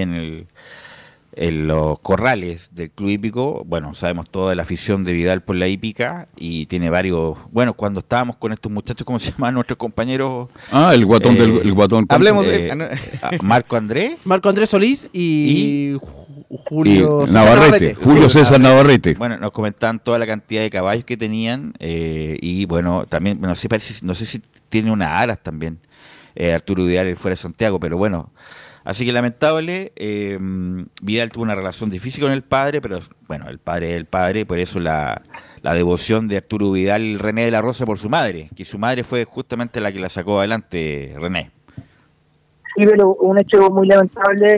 en los corrales del club hípico. Bueno, sabemos toda la afición de Vidal por la hípica y tiene varios. Bueno, cuando estábamos con estos muchachos, ¿cómo se llaman nuestros compañeros? El guatón. Hablemos Marco Andrés Solís y Julio César Navarrete. Julio César Navarrete. Bueno, nos comentaban toda la cantidad de caballos que tenían y bueno, también, no sé si tiene unas aras también, Arturo Vidal fuera de Santiago, pero bueno. Así que lamentable, Vidal tuvo una relación difícil con el padre, pero bueno, el padre es el padre, por eso la devoción de Arturo Vidal y René de la Rosa por su madre, que su madre fue justamente la que la sacó adelante, René. Sí, pero un hecho muy lamentable.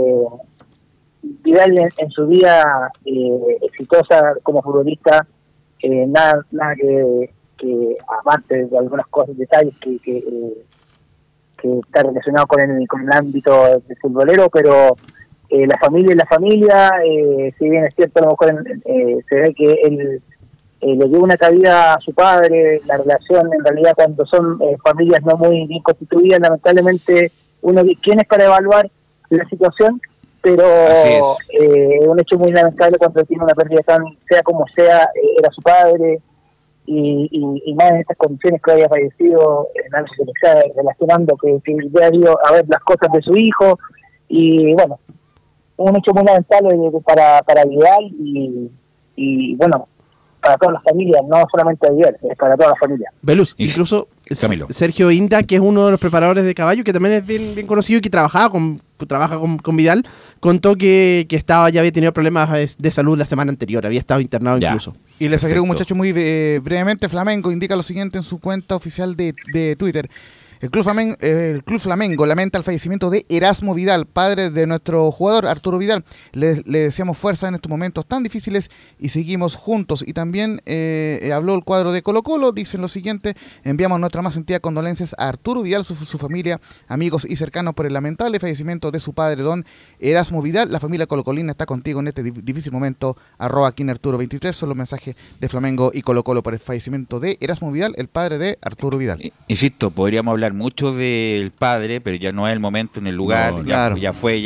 Vidal en su vida exitosa como futbolista, nada que aparte de algunas cosas, detalles que está relacionado con el ámbito del futbolero, pero la familia, si bien es cierto, a lo mejor se ve que él le dio una cabida a su padre. La relación, en realidad, cuando son familias no muy bien constituidas, lamentablemente uno quién es para evaluar la situación, pero un hecho muy lamentable cuando tiene una pérdida tan, sea como sea, era su padre, y más en estas condiciones que haya fallecido, en algo que le está relacionando, que ya ha ido a ver las cosas de su hijo, y bueno, un hecho muy lamentable para Vidal y bueno, para todas las familias, no solamente a Vidal, es para todas las familias. Velus, incluso Sergio Inda, que es uno de los preparadores de caballo, que también es bien conocido y que trabaja con Vidal, contó que ya había tenido problemas de salud la semana anterior, había estado internado incluso. Y les agrego, muchachos, muy brevemente, Flamengo indica lo siguiente en su cuenta oficial de Twitter. El Club Flamengo lamenta el fallecimiento de Erasmo Vidal, padre de nuestro jugador Arturo Vidal. Le deseamos fuerza en estos momentos tan difíciles y seguimos juntos. Y también habló el cuadro de Colo-Colo, dicen lo siguiente: enviamos nuestra más sentida condolencias a Arturo Vidal, su familia, amigos y cercanos por el lamentable fallecimiento de su padre, don Erasmo Vidal. La familia colocolina está contigo en este difícil momento. @KinArturo23 son los mensajes de Flamengo y Colo-Colo por el fallecimiento de Erasmo Vidal, el padre de Arturo Vidal. Insisto, podríamos hablar mucho del padre, pero ya no es el momento ni el lugar, No, ya fue.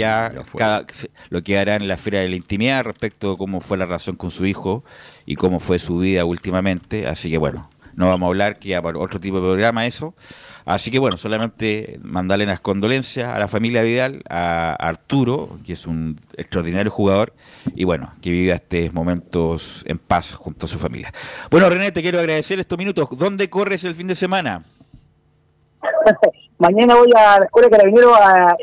Lo que hará en la esfera de la intimidad respecto a cómo fue la relación con su hijo y cómo fue su vida últimamente, así que bueno, no vamos a hablar, que ya para otro tipo de programa eso, así que bueno, solamente mandarle unas condolencias a la familia Vidal, a Arturo, que es un extraordinario jugador, y bueno, que viva estos momentos en paz junto a su familia. Bueno, René, te quiero agradecer estos minutos. ¿Dónde corres el fin de semana? Mañana voy a la Escuela de Carabineros a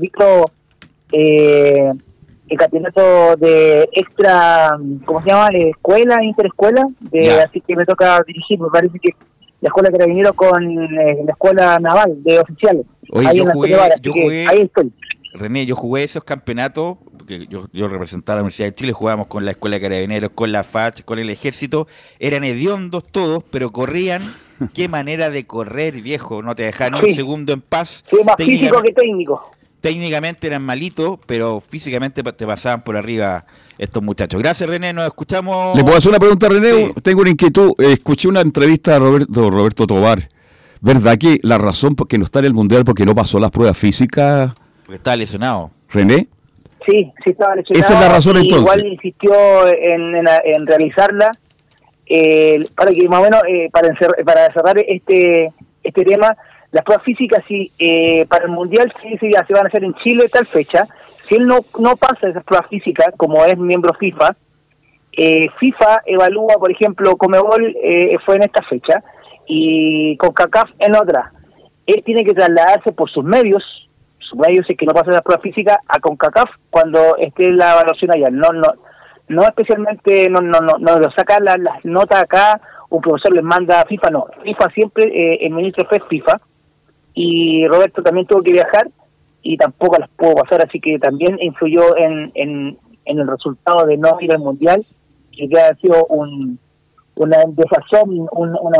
el campeonato de extra, ¿cómo se llama? Escuela, interescuela, así que me toca dirigir, me parece que la Escuela de Carabineros con la Escuela Naval de Oficiales. Oye, ahí yo jugué, ahí estoy. René, yo jugué esos campeonatos, porque yo representaba a la Universidad de Chile, jugábamos con la Escuela de Carabineros, con la FACH, con el Ejército, eran hediondos todos, pero corrían. Qué manera de correr, viejo, no te dejaban ni un segundo en paz. Sí, más físico que técnico. Técnicamente eran malitos, pero físicamente te pasaban por arriba estos muchachos. Gracias, René, nos escuchamos. ¿Le puedo hacer una pregunta, René? Sí. Tengo una inquietud. Escuché una entrevista a Roberto Tobar. ¿Verdad que la razón por qué no está en el Mundial porque no pasó las pruebas físicas? Porque estaba lesionado. ¿René? Sí, estaba lesionado. Esa es la razón entonces. Igual insistió en realizarla. Para que más o menos para cerrar este tema, las pruebas físicas sí, para el Mundial sí ya se van a hacer en Chile tal fecha. Si él no pasa esas pruebas físicas, como es miembro FIFA, FIFA evalúa, por ejemplo, Conmebol fue en esta fecha y CONCACAF en otra. Él tiene que trasladarse por sus medios es que no pasa esas pruebas físicas a CONCACAF cuando esté la evaluación allá. No especialmente, no lo saca las notas acá, un profesor les manda a FIFA, no. FIFA siempre, el ministro fue FIFA, y Roberto también tuvo que viajar, y tampoco las pudo pasar, así que también influyó en el resultado de no ir al Mundial, que ha sido una desazón,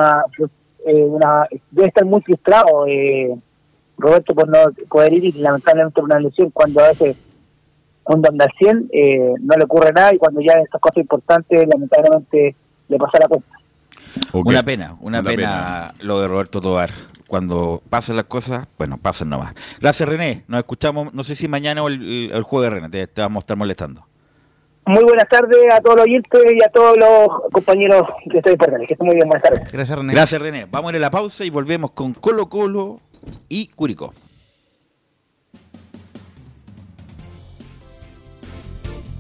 debe estar muy frustrado Roberto por no poder ir, y lamentablemente por una lesión, cuando a veces cuando anda al 100 no le ocurre nada, y cuando ya estas cosas importantes lamentablemente le pasa la cuenta. Okay. Una pena lo de Roberto Tobar. Cuando pasan las cosas, bueno, pasan nomás. Gracias, René, nos escuchamos, no sé si mañana o el jueves, René, te vamos a estar molestando. Muy buenas tardes a todos los oyentes y a todos los compañeros que estoy por que estén muy bien, buenas tardes. Gracias, René. Gracias, René. Vamos a ir a la pausa y volvemos con Colo-Colo y Curicó.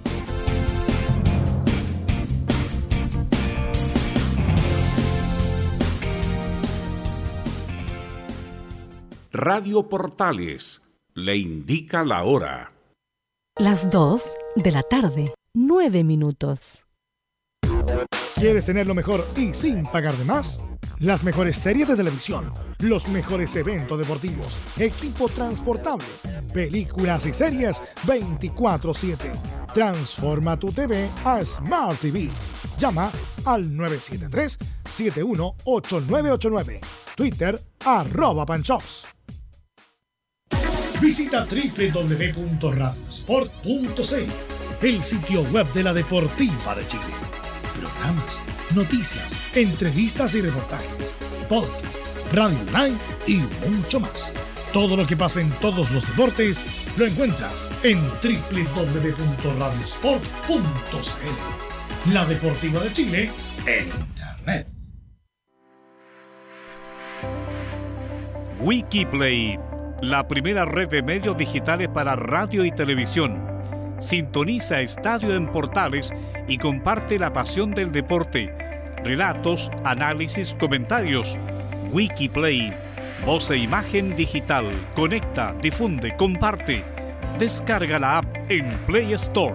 Radio Portales le indica la hora. Las 2 de la tarde, 9 minutos. ¿Quieres tener lo mejor y sin pagar de más? Las mejores series de televisión, los mejores eventos deportivos, equipo transportable, películas y series 24/7. Transforma tu TV a Smart TV. Llama al 973-718989. Twitter @Panchops. Visita www.radiosport.cl, el sitio web de la Deportiva de Chile. Programas, noticias, entrevistas y reportajes, podcast, radio online y mucho más. Todo lo que pasa en todos los deportes lo encuentras en www.radiosport.cl. La Deportiva de Chile en Internet. Wikiplay, la primera red de medios digitales para radio y televisión. Sintoniza Estadio en Portales y comparte la pasión del deporte. Relatos, análisis, comentarios. Wikiplay, voz e imagen digital. Conecta, difunde, comparte. Descarga la app en Play Store.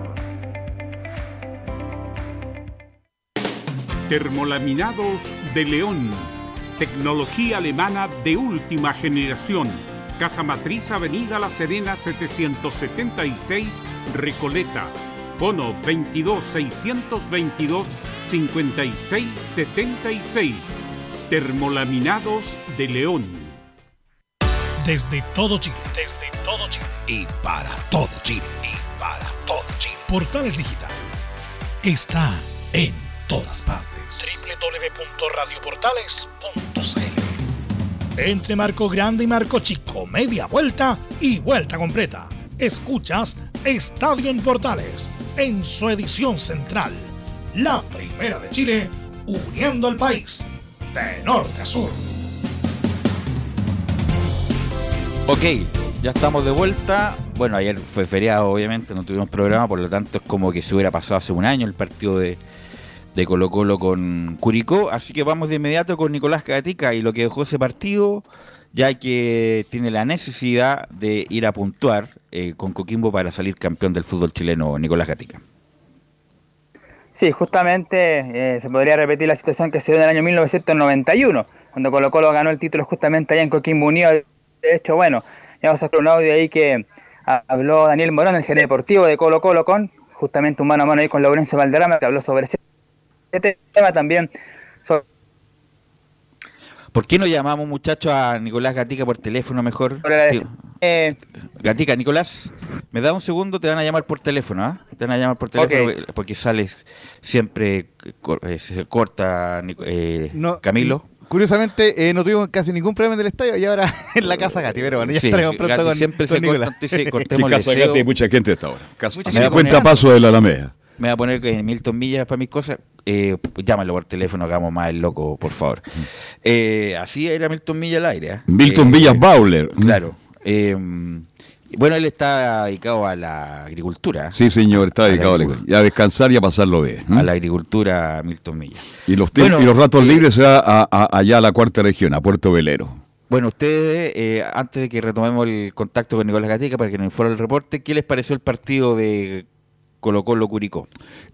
Termolaminados de León. Tecnología alemana de última generación. Casa Matriz, Avenida La Serena, 776, Recoleta. Fono 22-622-5676. Termolaminados de León. Desde todo Chile. Y para todo Chile. Portales Digital está en todas partes. www.radioportales.cl. Entre marco grande y marco chico, media vuelta y vuelta completa. Escuchas Estadio en Portales, en su edición central. La primera de Chile, uniendo al país, de norte a sur. Ok, ya estamos de vuelta. Bueno, ayer fue feriado, obviamente, no tuvimos programa, por lo tanto es como que se hubiera pasado hace un año el partido de Colo-Colo con Curicó. Así que vamos de inmediato con Nicolás Gatica y lo que dejó ese partido, ya que tiene la necesidad de ir a puntuar con Coquimbo para salir campeón del fútbol chileno. Nicolás Gatica. Sí, justamente se podría repetir la situación que se dio en el año 1991, cuando Colo-Colo ganó el título justamente allá en Coquimbo Unido. De hecho, bueno, ya vamos a hacer un audio ahí que habló Daniel Morón, el gerente deportivo de Colo-Colo, con justamente un mano a mano ahí con Laurencio Valderrama, que habló sobre ese tema también. ¿Por qué no llamamos, muchachos, a Nicolás Gatica por teléfono mejor? Gatica, Nicolás, me da un segundo, te van a llamar por teléfono, ¿ah? Te van a llamar por teléfono, okay, porque sales siempre, se corta, Camilo. Curiosamente, no tuvimos casi ningún problema en el estadio y ahora en la casa Gatti, pero bueno, ya estaremos pronto Gatti con siempre con se Nicolás. corta, entonces cortemos el casa deseo. Gatti hay mucha gente hasta ahora. 50 pasos de la Alameda. Me voy a poner Milton Millas para mis cosas. Llámalo por teléfono, hagamos más el loco, por favor. Así era Milton Millas al aire. Milton Villas Bauer. Claro. Bueno, él está dedicado a la agricultura. Sí, señor, está dedicado a descansar y a pasarlo bien. A la agricultura, Milton Millas. Y los ratos libres se va allá a la cuarta región, a Puerto Velero. Bueno, ustedes, antes de que retomemos el contacto con Nicolás Gatica para que nos informe el reporte, ¿qué les pareció el partido de Colo-Colo Curicó?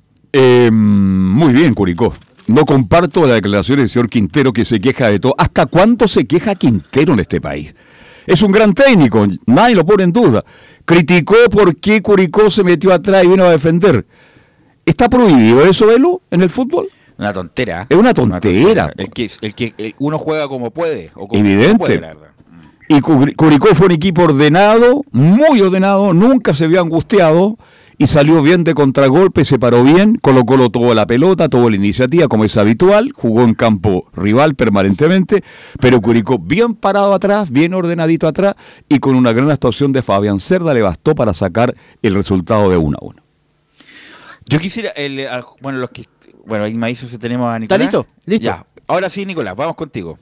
Muy bien, Curicó. No comparto la declaración del señor Quintero, que se queja de todo. ¿Hasta cuándo se queja Quintero en este país? Es un gran técnico, nadie lo pone en duda. Criticó por qué Curicó se metió atrás y vino a defender. ¿Está prohibido eso, Velo, en el fútbol? Una tontera. Es una tontera. El que uno juega como puede. O como evidente. No puede, la verdad. Y Curicó fue un equipo ordenado, muy ordenado, nunca se vio angustiado y salió bien de contragolpe, se paró bien, Colo-Colo tuvo la pelota, tuvo la iniciativa como es habitual, jugó en campo rival permanentemente, pero Curicó bien parado atrás, bien ordenadito atrás y con una gran actuación de Fabián Cerda le bastó para sacar el resultado de 1-1. Yo quisiera, ahí me hizo si tenemos a Nicolás. ¿Está listo? Listo. Ya, ahora sí, Nicolás, vamos contigo.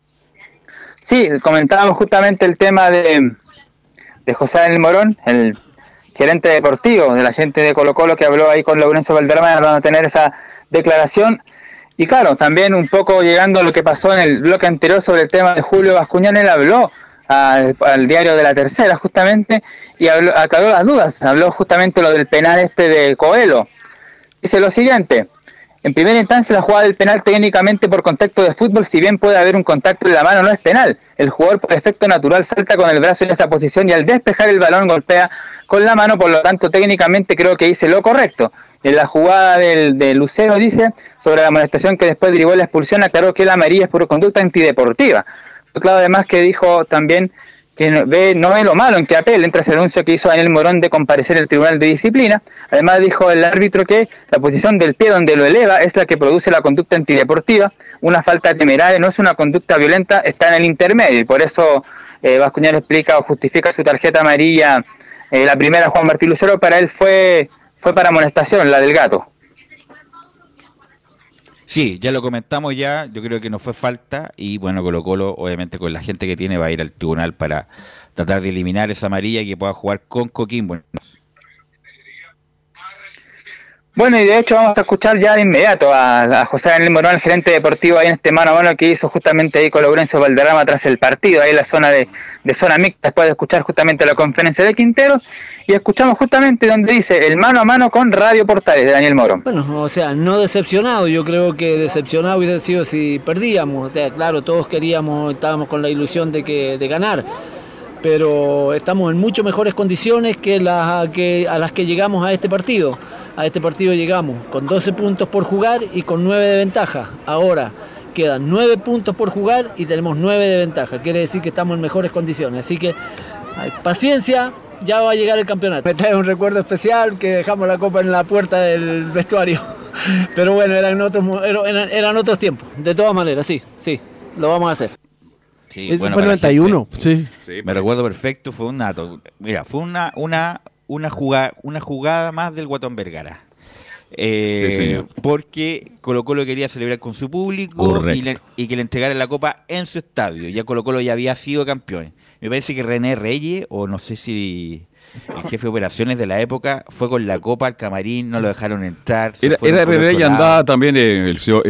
Sí, comentábamos justamente el tema de José Daniel Morón, el gerente deportivo de la gente de Colo-Colo, que habló ahí con Laurencio Valderrama, van a tener esa declaración. Y claro, también un poco llegando a lo que pasó en el bloque anterior sobre el tema de Julio Bascuñán, él habló al diario de La Tercera justamente y aclaró las dudas, habló justamente lo del penal de Coelho. Dice lo siguiente: en primera instancia la jugada del penal técnicamente por contexto de fútbol, si bien puede haber un contacto en la mano, no es penal. El jugador por efecto natural salta con el brazo en esa posición y al despejar el balón golpea con la mano, por lo tanto técnicamente creo que hice lo correcto. En la jugada de Lucero dice sobre la amonestación que después derivó la expulsión, aclaró que la amarilla es por conducta antideportiva. Claro, además que dijo también que no ve lo malo en que apelen tras el anuncio que hizo Daniel Morón de comparecer en el Tribunal de Disciplina. Además dijo el árbitro que la posición del pie donde lo eleva es la que produce la conducta antideportiva. Una falta temeraria no es una conducta violenta, está en el intermedio, y por eso Bascuñán explica o justifica su tarjeta amarilla, la primera Juan Martín Lucero, para él fue para amonestación, la del gato. Sí, ya lo comentamos ya, yo creo que no fue falta y bueno, Colo-Colo obviamente con la gente que tiene va a ir al tribunal para tratar de eliminar esa amarilla y que pueda jugar con Coquimbo. Bueno, y de hecho vamos a escuchar ya de inmediato a José Daniel Morón, el gerente deportivo, ahí en este mano a mano que hizo justamente ahí con Laurencio Valderrama tras el partido, ahí en la zona de zona mixta, después de escuchar justamente la conferencia de Quinteros, y escuchamos justamente donde dice el mano a mano con Radio Portales de Daniel Morón. Bueno, o sea, no decepcionado, yo creo que decepcionado hubiera sido si perdíamos, o sea, claro, todos estábamos con la ilusión de ganar, pero estamos en mucho mejores condiciones que a las que llegamos a este partido. A este partido llegamos con 12 puntos por jugar y con 9 de ventaja. Ahora quedan 9 puntos por jugar y tenemos 9 de ventaja. Quiere decir que estamos en mejores condiciones. Así que paciencia, ya va a llegar el campeonato. Me trae un recuerdo especial que dejamos la copa en la puerta del vestuario. Pero bueno, eran otros tiempos. De todas maneras, sí, lo vamos a hacer. Sí, Eso bueno, fue el 91, sí. Me recuerdo perfecto, fue un nato. Mira, fue una jugada más del Guatón Vergara. Sí, señor. Porque Colo-Colo quería celebrar con su público y que le entregaran la copa en su estadio. Ya Colo-Colo ya había sido campeón. Me parece que René Reyes, o no sé si el jefe de operaciones de la época, fue con la copa al camarín, no lo dejaron entrar. Era Reyes, andaba también el señor,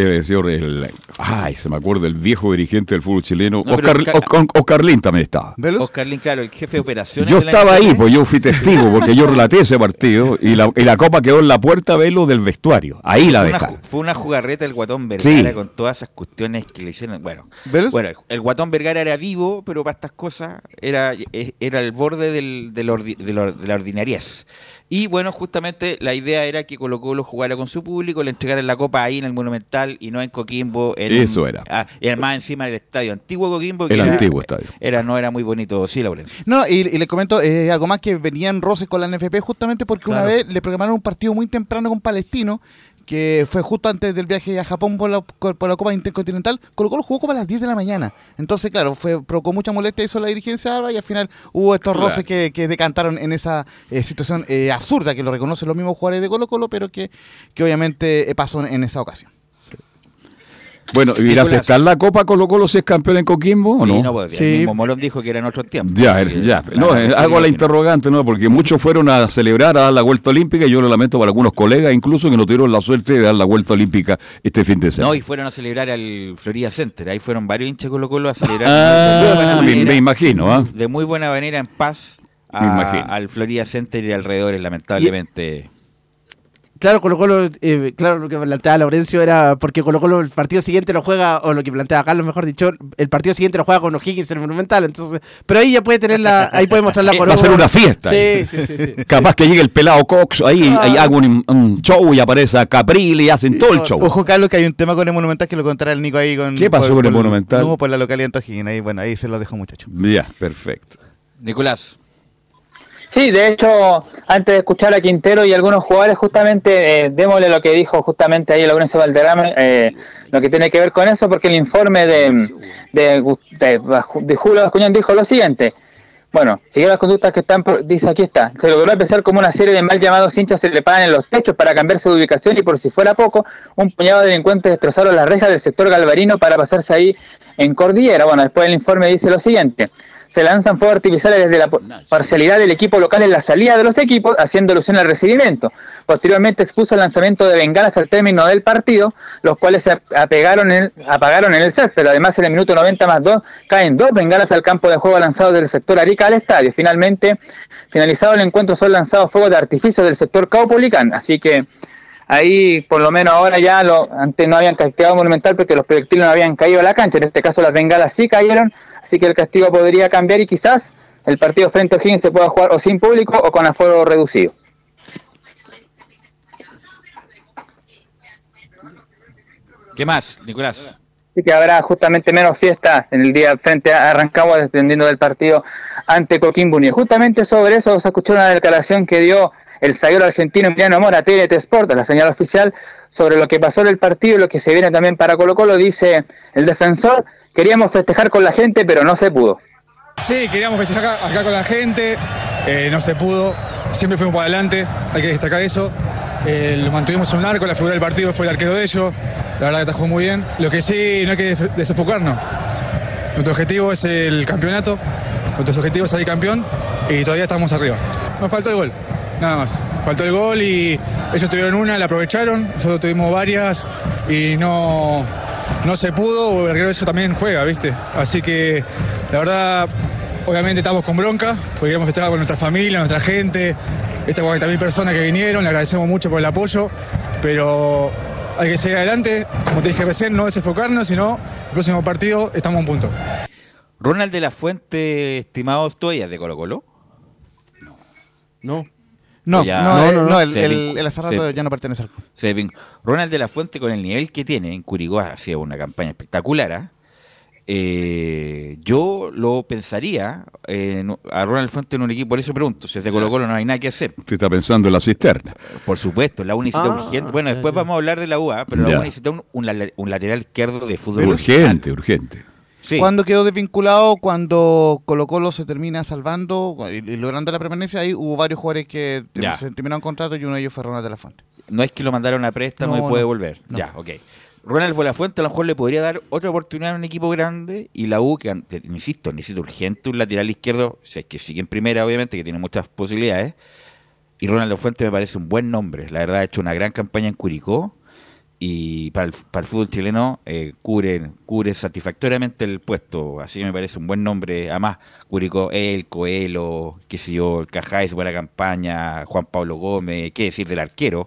se me acuerda, el viejo dirigente del fútbol chileno, no, Oscar Lin también estaba. Oscar Lin, claro, el jefe de operaciones. Yo estaba ahí, pues yo fui testigo, porque yo relaté ese partido, y la copa quedó en la puerta, Velo, del vestuario. Ahí la dejaron. Fue una jugarreta del Guatón Vergara, sí, con todas esas cuestiones que le hicieron. Bueno, el Guatón Vergara era vivo, pero para estas cosas era el borde de la ordinariez. Y bueno, justamente la idea era que Colo-Colo jugara con su público, le entregaran la copa ahí en el Monumental y no en Coquimbo. Eso era. Era más encima del estadio antiguo Coquimbo. El antiguo estadio. No era muy bonito, sí, Laurencio. No, y les comento algo más, que venían roces con la NFP justamente porque una vez le programaron un partido muy temprano con Palestino, que fue justo antes del viaje a Japón por la Copa Intercontinental. Colo-Colo jugó como a las 10 de la mañana. Entonces, claro, provocó mucha molestia eso la dirigencia y al final hubo estos roces que decantaron en esa situación absurda, que lo reconocen los mismos jugadores de Colo-Colo, pero que obviamente pasó en esa ocasión. Bueno, ¿y irá a aceptar la Copa Colo-Colo si es campeón en Coquimbo o no? Sí, no, pues el mismo Morón dijo que era en otro tiempo. Hago la interrogante, ¿no? Porque muchos fueron a celebrar, a dar la vuelta olímpica, y yo lo lamento para algunos colegas, incluso que no tuvieron la suerte de dar la vuelta olímpica este fin de semana. No, y fueron a celebrar al Florida Center, ahí fueron varios hinchas Colo-Colo a celebrar. Me imagino, de muy buena manera, en paz, al Florida Center y alrededores, lamentablemente. Claro, Colo-Colo, claro, lo que planteaba Laurencio era porque Colo-Colo el partido siguiente lo juega, o lo que planteaba Carlos, mejor dicho, el partido siguiente lo juega con O'Higgins en el Monumental, entonces, pero ahí ya puede tener ahí puede mostrar la corona. Va a ser una fiesta. Sí. Capaz que llegue el pelado Cox ahí haga un show y aparece a Caprile y hacen todo el show. Ojo, Carlos, que hay un tema con el Monumental que lo contará el Nico ahí con... ¿Qué pasó con el Monumental? No, por la localidad de O'Higgins, ahí se lo dejo, muchachos. Ya, perfecto. Nicolás. Sí, de hecho, antes de escuchar a Quintero y algunos jugadores, justamente, démosle lo que dijo justamente ahí Laurencio Valderrama, lo que tiene que ver con eso, porque el informe de Julio Bascuñán dijo lo siguiente. Bueno, siguiendo las conductas que están, dice aquí está, se logró empezar como una serie de mal llamados hinchas se le pagan en los techos para cambiarse de ubicación y por si fuera poco, un puñado de delincuentes destrozaron las rejas del sector Galvarino para pasarse ahí en Cordillera. Bueno, después el informe dice lo siguiente. se lanzan fuegos artificiales desde la parcialidad del equipo local en la salida de los equipos, haciendo alusión al recibimiento. Posteriormente expuso el lanzamiento de bengalas al término del partido, los cuales se apagaron en el césped. Además, en el minuto 90+2 caen 2 bengalas al campo de juego lanzados del sector Arica al estadio. Finalmente, finalizado el encuentro, son lanzados fuegos de artificio del sector Caupolicán. Así que ahí, por lo menos ahora ya, antes no habían castigado Monumental porque los proyectiles no habían caído a la cancha. En este caso las bengalas sí cayeron, así que el castigo podría cambiar y quizás el partido frente a O'Higgins se pueda jugar o sin público o con aforo reducido. ¿Qué más, Nicolás? Así que habrá justamente menos fiesta en el día frente a Rancagua, dependiendo del partido ante Coquimbo Unido. Justamente sobre eso se escuchó una declaración que dio el zaguero argentino Emiliano Mora, TNT Sport, la señal oficial, sobre lo que pasó en el partido y lo que se viene también para Colo-Colo. Dice el defensor: queríamos festejar con la gente, pero no se pudo. Sí, queríamos festejar acá con la gente, no se pudo, siempre fuimos para adelante, hay que destacar eso. Lo mantuvimos en un arco, la figura del partido fue el arquero de ellos, la verdad que atajó muy bien. Lo que sí, no hay que desenfocarnos. Nuestro objetivo es el campeonato, nuestro objetivo es salir campeón y todavía estamos arriba. Nos faltó el gol, nada más. Faltó el gol y ellos tuvieron una, la aprovecharon, nosotros tuvimos varias y no se pudo, el arquero de ellos también juega, ¿viste? Así que la verdad, obviamente estamos con bronca, porque queremos festejar con nuestra familia, nuestra gente, estas 40.000 personas que vinieron, le agradecemos mucho por el apoyo, pero hay que seguir adelante, como te dije recién, no desenfocarnos, sino el próximo partido estamos a un punto. Ronald de la Fuente, estimado, ¿tú ella de Colo-Colo? No. No, el hace rato ya no pertenece al club. Ronald de la Fuente, con el nivel que tiene en Curicó, ha sido una campaña espectacular. Yo lo pensaría a Ronald Fuente en un equipo, por eso pregunto, si es de Colo-Colo no hay nada que hacer. Usted está pensando en la cisterna. Por supuesto, la U necesita urgente. Bueno, después vamos a hablar de la UA, pero la U necesita un lateral izquierdo de fútbol. Urgente. Sí. ¿Cuándo quedó desvinculado? Cuando Colo-Colo se termina salvando y logrando la permanencia, ahí hubo varios jugadores que se terminaron contrato y uno de ellos fue Ronald de la Fuente. No es que lo mandaron a préstamo y puede volver. No. Ya, ok. Ronald de la Fuente a lo mejor le podría dar otra oportunidad en un equipo grande y la U, que insisto, necesita urgente un lateral izquierdo, si es que sigue en primera obviamente, que tiene muchas posibilidades, y Ronald de la Fuente me parece un buen nombre. La verdad ha hecho una gran campaña en Curicó y para el fútbol chileno cubre satisfactoriamente el puesto, así que me parece un buen nombre. Además, Curicó, Coelho, qué sé yo, Cajáez, buena campaña, Juan Pablo Gómez, qué decir del arquero,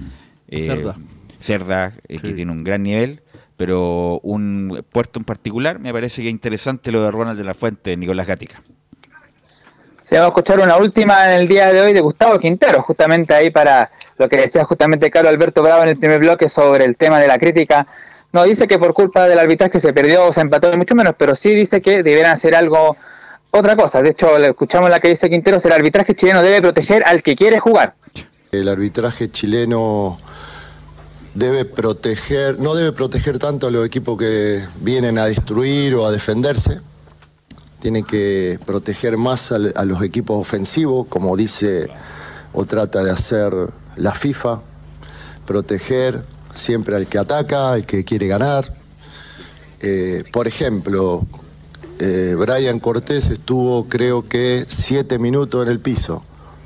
Cerda, que tiene un gran nivel, pero un puerto en particular me parece que es interesante lo de Ronald de la Fuente, Nicolás Gatica. Se va a escuchar una última en el día de hoy de Gustavo Quintero, justamente ahí para lo que decía justamente Carlos Alberto Bravo en el primer bloque sobre el tema de la crítica. No dice que por culpa del arbitraje se perdió o se empató, mucho menos, pero sí dice que deberán hacer algo, otra cosa. De hecho, escuchamos la que dice Quintero: el arbitraje chileno debe proteger al que quiere jugar. El arbitraje chileno debe proteger, no debe proteger tanto a los equipos que vienen a destruir o a defenderse. Tiene que proteger más a los equipos ofensivos, como dice o trata de hacer la FIFA. Proteger siempre al que ataca, al que quiere ganar. Por ejemplo, Brian Cortés estuvo, creo que 7 minutos en el piso.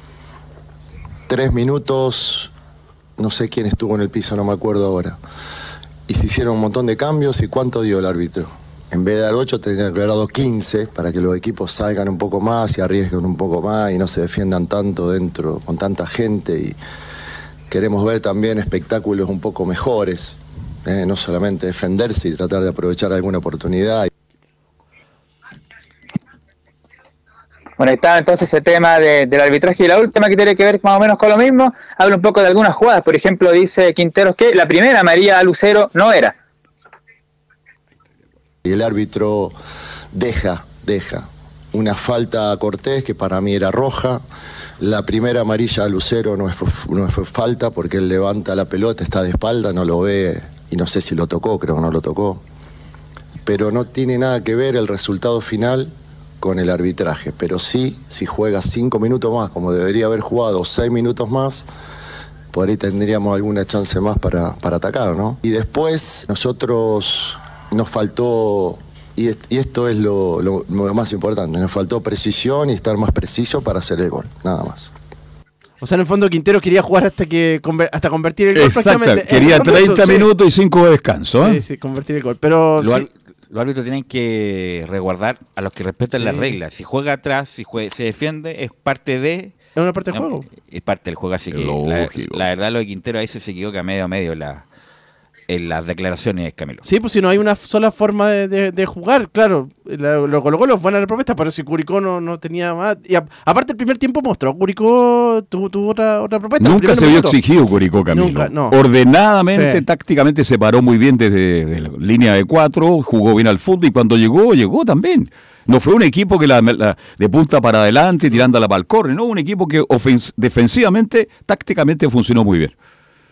3 minutos, no sé quién estuvo en el piso, no me acuerdo ahora. Y se hicieron un montón de cambios. ¿Y cuánto dio el árbitro? En vez de dar 8, tendría que haber dado 15 para que los equipos salgan un poco más y arriesguen un poco más y no se defiendan tanto dentro con tanta gente. Y queremos ver también espectáculos un poco mejores, no solamente defenderse y tratar de aprovechar alguna oportunidad. Bueno, ahí está entonces ese tema del arbitraje. Y la última, que tiene que ver más o menos con lo mismo, habla un poco de algunas jugadas. Por ejemplo, dice Quinteros que la primera amarilla a Lucero no era. Y el árbitro deja una falta a Cortés, que para mí era roja. La primera amarilla a Lucero no fue falta, porque él levanta la pelota, está de espalda, no lo ve, y no sé si lo tocó, creo que no lo tocó. Pero no tiene nada que ver el resultado final con el arbitraje. Pero sí, si juega 5 minutos más, como debería haber jugado, 6 minutos más, por ahí tendríamos alguna chance más para atacar, ¿no? Y después nosotros nos faltó esto es lo más importante. Nos faltó precisión y estar más preciso para hacer el gol, nada más. O sea, en el fondo Quintero quería jugar hasta convertir el gol. Exacto, quería 30 minutos y 5 de descanso. Sí, convertir el gol. Pero los árbitros tienen que resguardar a los que respetan las reglas. Si juega atrás, se defiende, es parte de... ¿Es una parte del juego? Es parte del juego, así que la verdad lo de Quintero ahí se equivoca medio a medio en las declaraciones, Camilo. Sí, pues si no hay una sola forma de jugar, claro, lo colocó los buenas la propuesta, pero si Curicó no tenía más. Y aparte el primer tiempo mostró, Curicó tuvo otra propuesta. Nunca se vio exigido Curicó, Camilo. Nunca, no. Ordenadamente, tácticamente se paró muy bien desde la línea de 4, jugó bien al fútbol y cuando llegó también. No fue un equipo que de punta para adelante, tirándola para el córner, no, un equipo que defensivamente, tácticamente funcionó muy bien.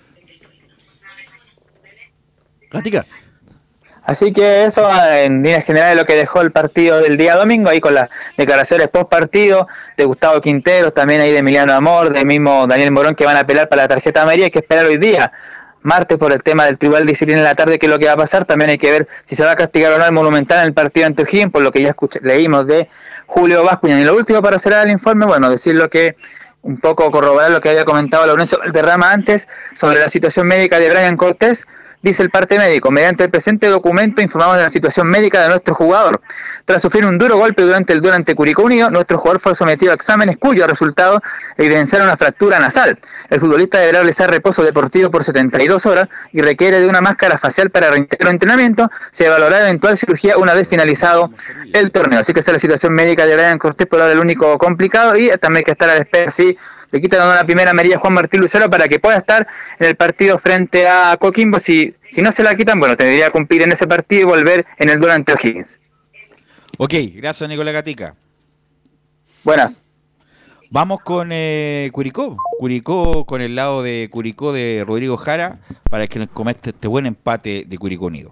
Gatica. Así que eso en líneas generales lo que dejó el partido del día domingo, ahí con las declaraciones post partido de Gustavo Quinteros, también ahí de Emiliano Amor, del mismo Daniel Morón, que van a apelar para la tarjeta amarilla. Hay que esperar hoy día, martes, por el tema del Tribunal de Disciplina en la tarde, qué es lo que va a pasar. También hay que ver si se va a castigar o no el Monumental en el partido ante O'Higgins, por lo que ya leímos de Julio Bascuñán. Y lo último, para cerrar el informe, decir lo que un poco corroborar lo que había comentado Laurencio Valderrama antes sobre la situación médica de Brian Cortés. Dice el parte médico: mediante el presente documento informamos de la situación médica de nuestro jugador. Tras sufrir un duro golpe durante el duelo ante Curicó Unido, nuestro jugador fue sometido a exámenes cuyos resultados evidenciaron una fractura nasal. El futbolista deberá realizar reposo deportivo por 72 horas y requiere de una máscara facial para reintegrar el entrenamiento. Se evaluará eventual cirugía una vez finalizado el torneo. Así que esa es la situación médica de Brian Cortés, por ahora el único complicado, y también hay que estar a la espera si le quitan la primera amarilla a Juan Martín Lucero para que pueda estar en el partido frente a Coquimbo. Si no se la quitan, tendría que cumplir en ese partido y volver en el duelo ante O'Higgins. Ok, gracias Nicolás Gatica. Buenas. Vamos con Curicó. Curicó, con el lado de Curicó de Rodrigo Jara, para que nos comente este buen empate de Curicó Unido.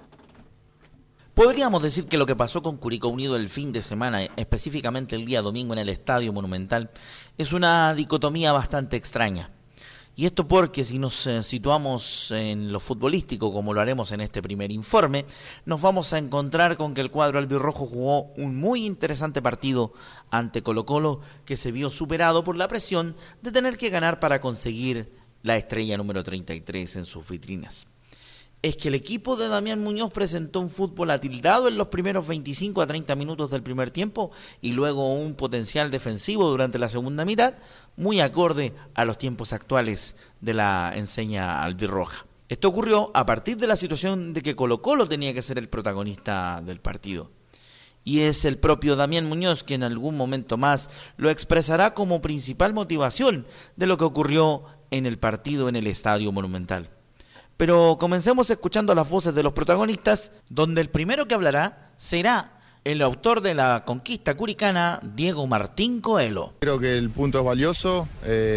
Podríamos decir que lo que pasó con Curicó Unido el fin de semana, específicamente el día domingo en el Estadio Monumental, es una dicotomía bastante extraña. Y esto porque si nos situamos en lo futbolístico, como lo haremos en este primer informe, nos vamos a encontrar con que el cuadro albirrojo jugó un muy interesante partido ante Colo-Colo, que se vio superado por la presión de tener que ganar para conseguir la estrella número 33 en sus vitrinas. Es que el equipo de Damián Muñoz presentó un fútbol atildado en los primeros 25 a 30 minutos del primer tiempo y luego un potencial defensivo durante la segunda mitad, muy acorde a los tiempos actuales de la enseña albirroja. Esto ocurrió a partir de la situación de que Colo-Colo tenía que ser el protagonista del partido. Y es el propio Damián Muñoz quien en algún momento más lo expresará como principal motivación de lo que ocurrió en el partido en el Estadio Monumental. Pero comencemos escuchando las voces de los protagonistas, donde el primero que hablará será el autor de la conquista curicana, Diego Martín Coelho. Creo que el punto es valioso,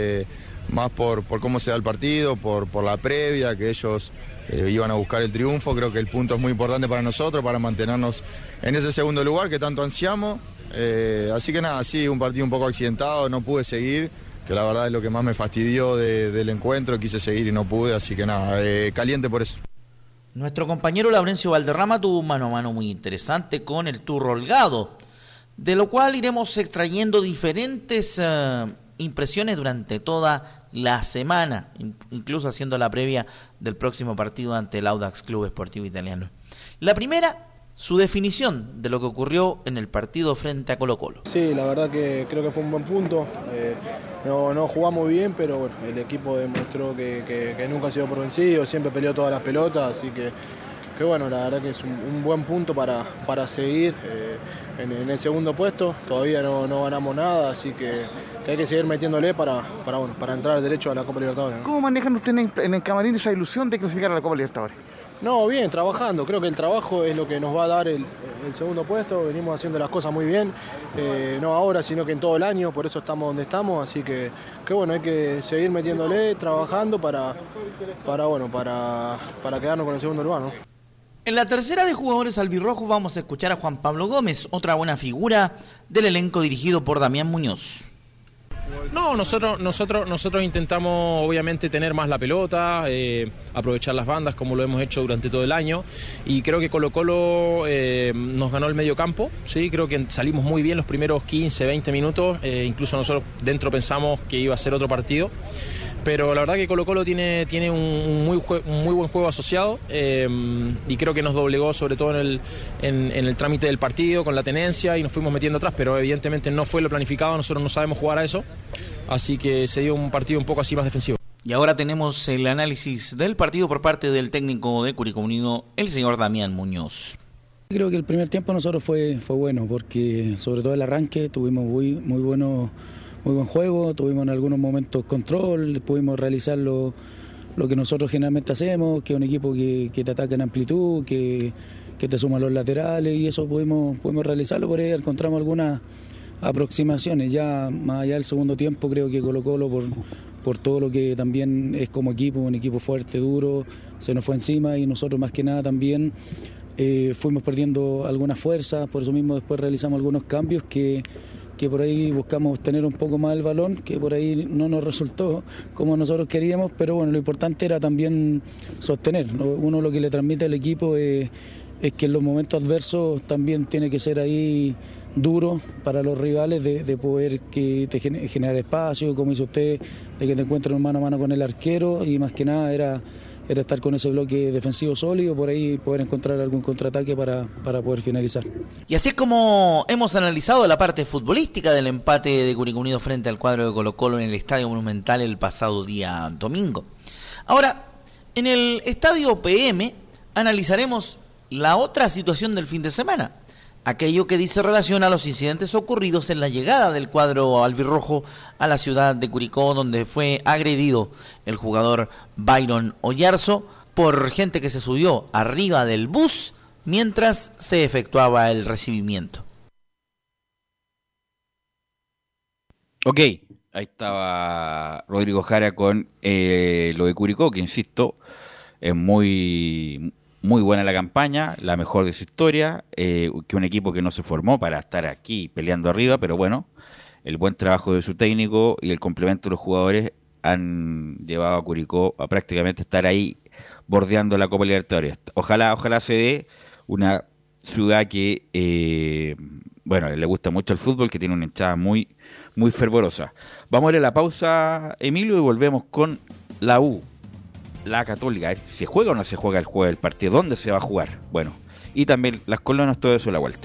más por cómo se da el partido, por la previa, que ellos iban a buscar el triunfo. Creo que el punto es muy importante para nosotros, para mantenernos en ese segundo lugar que tanto ansiamos. Así que nada, sí, un partido un poco accidentado, no pude seguir, que la verdad es lo que más me fastidió del encuentro. Quise seguir y no pude, así que nada, caliente por eso. Nuestro compañero Laurencio Valderrama tuvo un mano a mano muy interesante con el Turro Holgado, de lo cual iremos extrayendo diferentes impresiones durante toda la semana, incluso haciendo la previa del próximo partido ante el Audax Club Esportivo Italiano. La primera, su definición de lo que ocurrió en el partido frente a Colo-Colo. Sí, la verdad que creo que fue un buen punto. No jugamos bien, pero bueno, el equipo demostró que nunca ha sido por vencido, siempre peleó todas las pelotas, así que bueno, la verdad que es un buen punto para seguir en el segundo puesto. Todavía no ganamos nada, así que hay que seguir metiéndole para entrar derecho a la Copa Libertadores, ¿no? ¿Cómo manejan ustedes en el camarín esa ilusión de clasificar a la Copa Libertadores? No, bien, trabajando. Creo que el trabajo es lo que nos va a dar el segundo puesto. Venimos haciendo las cosas muy bien, no ahora, sino que en todo el año. Por eso estamos donde estamos. Así que bueno, hay que seguir metiéndole, trabajando para quedarnos con el segundo lugar, ¿no? En la tercera de jugadores albirrojos vamos a escuchar a Juan Pablo Gómez, otra buena figura del elenco dirigido por Damián Muñoz. No, nosotros intentamos obviamente tener más la pelota, aprovechar las bandas como lo hemos hecho durante todo el año, y creo que Colo-Colo nos ganó el medio campo, ¿sí? Creo que salimos muy bien los primeros 15, 20 minutos, incluso nosotros dentro pensamos que iba a ser otro partido. Pero la verdad que Colo-Colo tiene un muy buen juego asociado, y creo que nos doblegó sobre todo en el trámite del partido, con la tenencia, y nos fuimos metiendo atrás, pero evidentemente no fue lo planificado, nosotros no sabemos jugar a eso, así que se dio un partido un poco así más defensivo. Y ahora tenemos el análisis del partido por parte del técnico de Curicó Unido, el señor Damián Muñoz. Creo que el primer tiempo nosotros fue bueno, porque sobre todo el arranque tuvimos muy buen juego, tuvimos en algunos momentos control, pudimos realizar lo que nosotros generalmente hacemos, que es un equipo que te ataca en amplitud, que te suma los laterales, y eso pudimos realizarlo. Por ahí encontramos algunas aproximaciones. Ya más allá del segundo tiempo, creo que Colo-Colo, por todo lo que también es como equipo, un equipo fuerte, duro, se nos fue encima, y nosotros más que nada también fuimos perdiendo algunas fuerzas. Por eso mismo después realizamos algunos cambios que por ahí buscamos tener un poco más el balón, que por ahí no nos resultó como nosotros queríamos, pero bueno, lo importante era también sostener. Uno lo que le transmite al equipo es que en los momentos adversos también tiene que ser ahí duro para los rivales, de poder que te generar espacio, como hizo usted, de que te encuentres mano a mano con el arquero, y más que nada era estar con ese bloque defensivo sólido, por ahí poder encontrar algún contraataque para poder finalizar. Y así es como hemos analizado la parte futbolística del empate de Curicó Unido frente al cuadro de Colo-Colo en el Estadio Monumental el pasado día domingo. Ahora, en el Estadio PM analizaremos la otra situación del fin de semana, aquello que dice relación a los incidentes ocurridos en la llegada del cuadro albirrojo a la ciudad de Curicó, donde fue agredido el jugador Byron Oyarzo por gente que se subió arriba del bus mientras se efectuaba el recibimiento. Ok, ahí estaba Rodrigo Jara con lo de Curicó, que insisto, es muy buena la campaña, la mejor de su historia, que un equipo que no se formó para estar aquí peleando arriba, pero bueno, el buen trabajo de su técnico y el complemento de los jugadores han llevado a Curicó a prácticamente estar ahí bordeando la Copa Libertadores. Ojalá se dé, una ciudad que le gusta mucho el fútbol, que tiene una hinchada muy fervorosa. Vamos a ir a la pausa, Emilio, y volvemos con la U. La Católica, ¿se juega o no se juega el jueves el partido? ¿Dónde se va a jugar? Bueno, y también las Colonas, todo eso a la vuelta.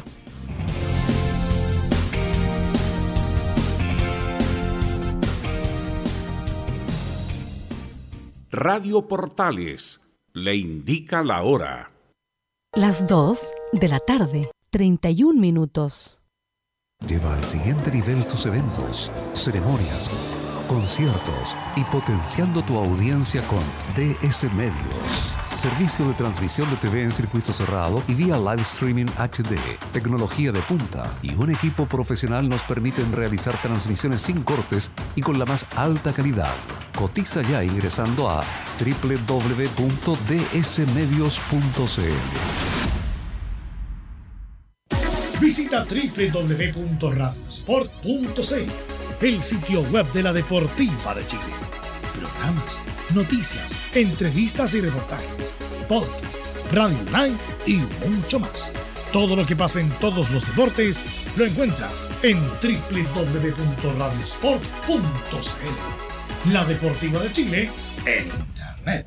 Radio Portales le indica la hora. Las 2 de la tarde, 31 minutos. Lleva al siguiente nivel tus eventos, ceremonias, conciertos y potenciando tu audiencia con DS Medios. Servicio de transmisión de TV en circuito cerrado y vía live streaming HD. Tecnología de punta y un equipo profesional nos permiten realizar transmisiones sin cortes y con la más alta calidad. Cotiza ya ingresando a www.dsmedios.cl. Visita www.radiosport.cl, el sitio web de la Deportiva de Chile. Programas, noticias, entrevistas y reportajes, podcast, radio online y mucho más. Todo lo que pasa en todos los deportes lo encuentras en www.radiosport.cl. La Deportiva de Chile en Internet.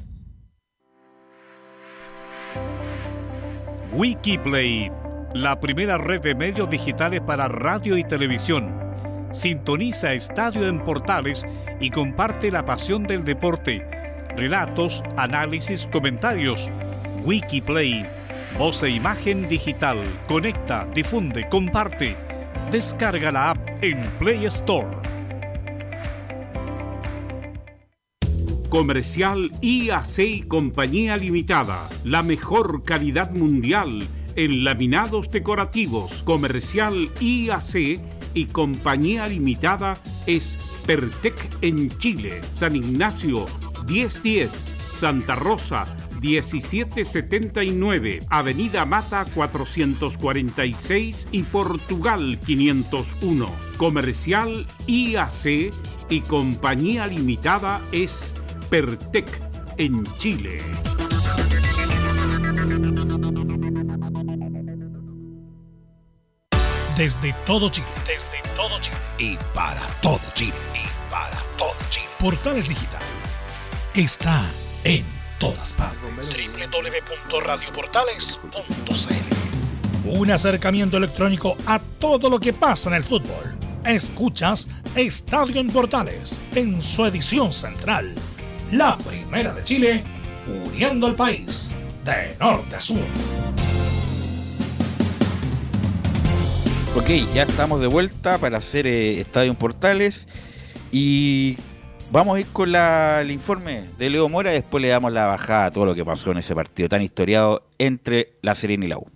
Wikiplay, la primera red de medios digitales para radio y televisión. Sintoniza Estadio en Portales y comparte la pasión del deporte. Relatos, análisis, comentarios. Wikiplay, voz e imagen digital. Conecta, difunde, comparte. Descarga la app en Play Store. Comercial IAC y Compañía Limitada. La mejor calidad mundial en laminados decorativos. Comercial IAC y Compañía Limitada es Pertec en Chile, San Ignacio 1010, Santa Rosa 1779, Avenida Mata 446 y Portugal 501. Comercial IAC y Compañía Limitada es Pertec en Chile. Desde todo Chile. Y para todo Chile. Portales Digital está en todas partes. www.radioportales.cl. Un acercamiento electrónico a todo lo que pasa en el fútbol. Escuchas Estadio en Portales en su edición central. La primera de Chile, uniendo al país de norte a sur. Ok, ya estamos de vuelta para hacer Estadio en Portales y vamos a ir con el informe de Leo Mora. Después le damos la bajada a todo lo que pasó en ese partido tan historiado entre La Serena y la U.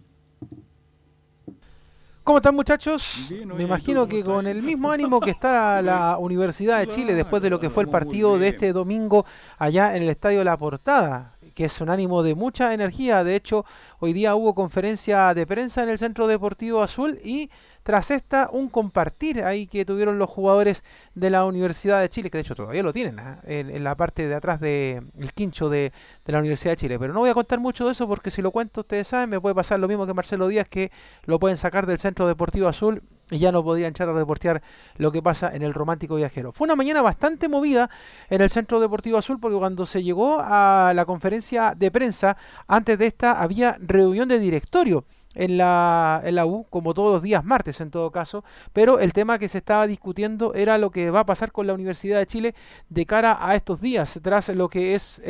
¿Cómo están, muchachos? Me imagino que con el mismo ánimo que está la Universidad de Chile después de lo que fue el partido de este domingo allá en el Estadio La Portada, que es un ánimo de mucha energía. De hecho, hoy día hubo conferencia de prensa en el Centro Deportivo Azul y tras esta un compartir ahí que tuvieron los jugadores de la Universidad de Chile, que de hecho todavía lo tienen en la parte de atrás del quincho de la Universidad de Chile. Pero no voy a contar mucho de eso porque si lo cuento, ustedes saben, me puede pasar lo mismo que Marcelo Díaz, que lo pueden sacar del Centro Deportivo Azul y ya no podrían echar a reportear lo que pasa en el Romántico Viajero. Fue una mañana bastante movida en el Centro Deportivo Azul porque cuando se llegó a la conferencia de prensa, antes de esta había reunión de directorio en la U, como todos los días martes en todo caso, pero el tema que se estaba discutiendo era lo que va a pasar con la Universidad de Chile de cara a estos días, tras lo que es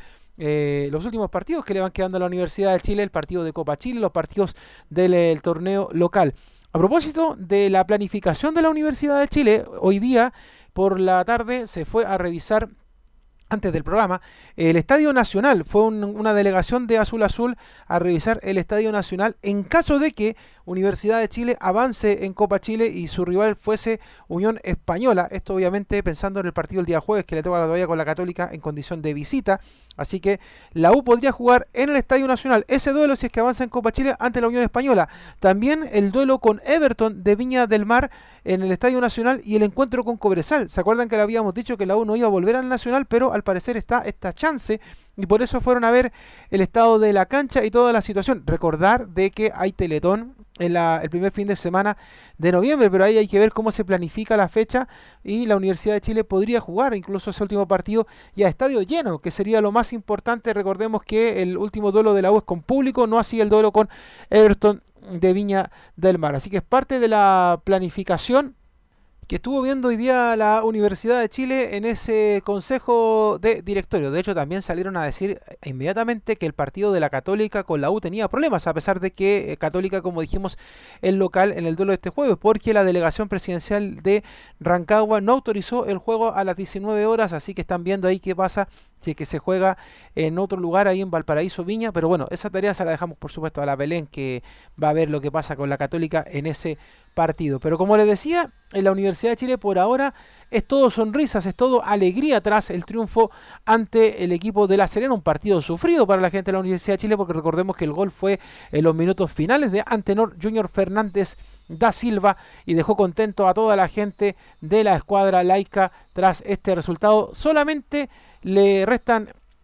los últimos partidos que le van quedando a la Universidad de Chile, el partido de Copa Chile, los partidos del torneo local. A propósito de la planificación de la Universidad de Chile, hoy día por la tarde se fue a revisar, antes del programa, el Estadio Nacional. Fue una delegación de Azul Azul a revisar el Estadio Nacional en caso de que Universidad de Chile avance en Copa Chile y su rival fuese Unión Española. Esto obviamente pensando en el partido el día jueves que le toca todavía con la Católica en condición de visita. Así que la U podría jugar en el Estadio Nacional ese duelo si es que avanza en Copa Chile ante la Unión Española. También el duelo con Everton de Viña del Mar en el Estadio Nacional y el encuentro con Cobresal. ¿Se acuerdan que le habíamos dicho que la U no iba a volver al Nacional? Pero al parecer está esta chance y por eso fueron a ver el estado de la cancha y toda la situación. Recordar de que hay Teletón en el primer fin de semana de noviembre, pero ahí hay que ver cómo se planifica la fecha y la Universidad de Chile podría jugar incluso ese último partido y a estadio lleno, que sería lo más importante. Recordemos que el último duelo de la U es con público, no así el duelo con Everton de Viña del Mar. Así que es parte de la planificación que estuvo viendo hoy día la Universidad de Chile en ese consejo de directorio. De hecho, también salieron a decir inmediatamente que el partido de la Católica con la U tenía problemas, a pesar de que Católica, como dijimos, es local en el duelo de este jueves, porque la delegación presidencial de Rancagua no autorizó el juego a las 19 horas, así que están viendo ahí qué pasa si es que se juega en otro lugar ahí en Valparaíso, Viña. Pero bueno, esa tarea se la dejamos por supuesto a la Belén, que va a ver lo que pasa con la Católica en ese partido. Pero como les decía, en la Universidad de Chile por ahora es todo sonrisas, es todo alegría tras el triunfo ante el equipo de La Serena, un partido sufrido para la gente de la Universidad de Chile, porque recordemos que el gol fue en los minutos finales de Antenor Junior Fernández da Silva y dejó contento a toda la gente de la escuadra laica tras este resultado. Solamente le restan